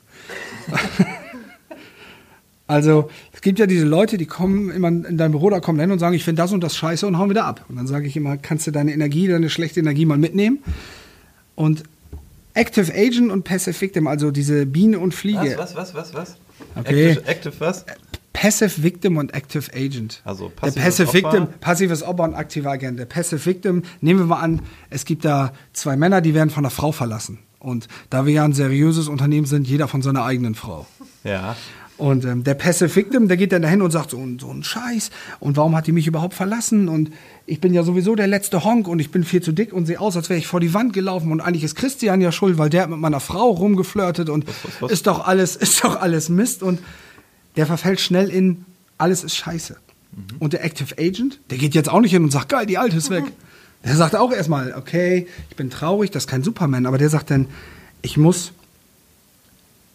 Also, es gibt ja diese Leute, die kommen immer in dein Büro, da kommen hin und sagen, ich finde das und das scheiße und hauen wieder ab. Und dann sage ich immer, kannst du deine Energie, deine schlechte Energie mal mitnehmen? Und Active Agent und Passive Victim, also diese Biene und Fliege. Was, was, was, was, was? Okay. Active, active was? Passive Victim und Active Agent. Also passives Der Passive Opfer. Victim, passives Opfer und aktiver Agent. Der Passive Victim, nehmen wir mal an, es gibt da zwei Männer, die werden von einer Frau verlassen. Und da wir ja ein seriöses Unternehmen sind, jeder von seiner eigenen Frau. Ja. Und ähm, der Passive Victim, der geht dann dahin und sagt, so, so ein Scheiß. Und warum hat die mich überhaupt verlassen? Und ich bin ja sowieso der letzte Honk und ich bin viel zu dick und sehe aus, als wäre ich vor die Wand gelaufen. Und eigentlich ist Christian ja schuld, weil der hat mit meiner Frau rumgeflirtet und was, was, was? ist doch alles, ist doch alles Mist. Und der verfällt schnell in, alles ist scheiße. Mhm. Und der Active Agent, der geht jetzt auch nicht hin und sagt, geil, die Alte ist weg. Mhm. Der sagt auch erstmal, okay, ich bin traurig, das ist kein Superman. Aber der sagt dann, ich muss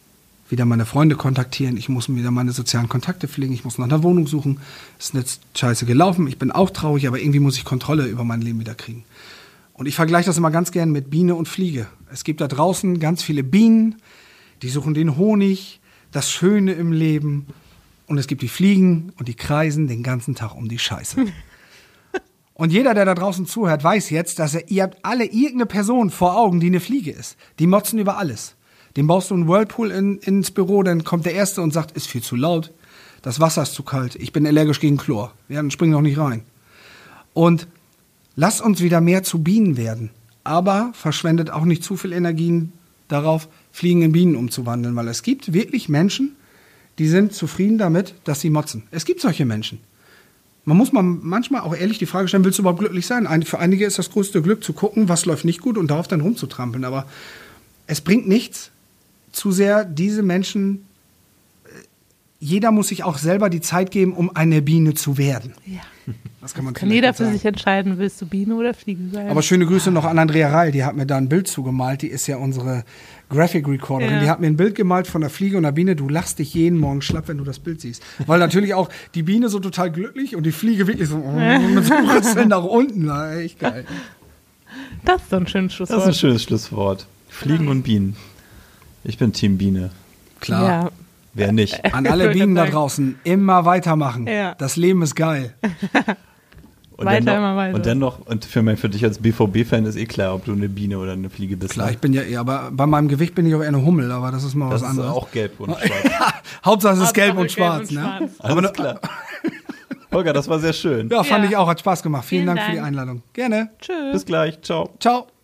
wieder meine Freunde kontaktieren, ich muss wieder meine sozialen Kontakte pflegen, ich muss nach einer Wohnung suchen. Ist nicht scheiße gelaufen, ich bin auch traurig, aber irgendwie muss ich Kontrolle über mein Leben wieder kriegen. Und ich vergleiche das immer ganz gern mit Biene und Fliege. Es gibt da draußen ganz viele Bienen, die suchen den Honig, das Schöne im Leben. Und es gibt die Fliegen und die kreisen den ganzen Tag um die Scheiße. Und jeder, der da draußen zuhört, weiß jetzt, dass er, ihr habt alle irgendeine Person vor Augen, die eine Fliege ist. Die motzen über alles. Dem baust du einen Whirlpool in, ins Büro, dann kommt der Erste und sagt, ist viel zu laut, das Wasser ist zu kalt, ich bin allergisch gegen Chlor. Ja, dann spring doch nicht rein. Und lasst uns wieder mehr zu Bienen werden. Aber verschwendet auch nicht zu viel Energien darauf, Fliegen in Bienen umzuwandeln. Weil es gibt wirklich Menschen, die sind zufrieden damit, dass sie motzen. Es gibt solche Menschen. Man muss mal manchmal auch ehrlich die Frage stellen, willst du überhaupt glücklich sein? Ein, für einige ist das größte Glück zu gucken, was läuft nicht gut und darauf dann rumzutrampeln. Aber es bringt nichts, zu sehr diese Menschen, jeder muss sich auch selber die Zeit geben, um eine Biene zu werden. Ja. Das kann man Kann jeder für sagen. sich entscheiden, willst du Biene oder Fliege sein? Aber schöne Grüße noch an Andrea Reil, die hat mir da ein Bild zugemalt, die ist ja unsere Graphic Recorderin, Ja. die hat mir ein Bild gemalt von der Fliege und der Biene, du lachst dich jeden Morgen schlapp, wenn du das Bild siehst. Weil natürlich auch die Biene so total glücklich und die Fliege wirklich so mit so einem Rüsseln nach unten, na, echt geil. Das ist so ein schönes Das Schlusswort. ist ein schönes Schlusswort. Fliegen und Bienen. Ich bin Team Biene. Klar. Ja. Wer nicht? An alle Wollte Bienen da sagen. draußen, immer weitermachen. Ja. Das Leben ist geil. Und Weiter, dann noch, immer weiter. Und dann noch, und für, mein, für dich als B V B-Fan ist eh klar, ob du eine Biene oder eine Fliege bist. Klar, ne? ich bin ja eher, aber bei meinem Gewicht bin ich auch eher eine Hummel, aber das ist mal Das was ist anderes. auch gelb und schwarz. Hauptsache es ist gelb Hauptsache und schwarz, gelb und ne? schwarz. Aber Alles klar. Holger, das war sehr schön. Ja, fand Ja. ich auch, hat Spaß gemacht. Vielen, Vielen Dank für die Dank. Einladung. Gerne. Tschüss. Bis gleich. Ciao. Ciao.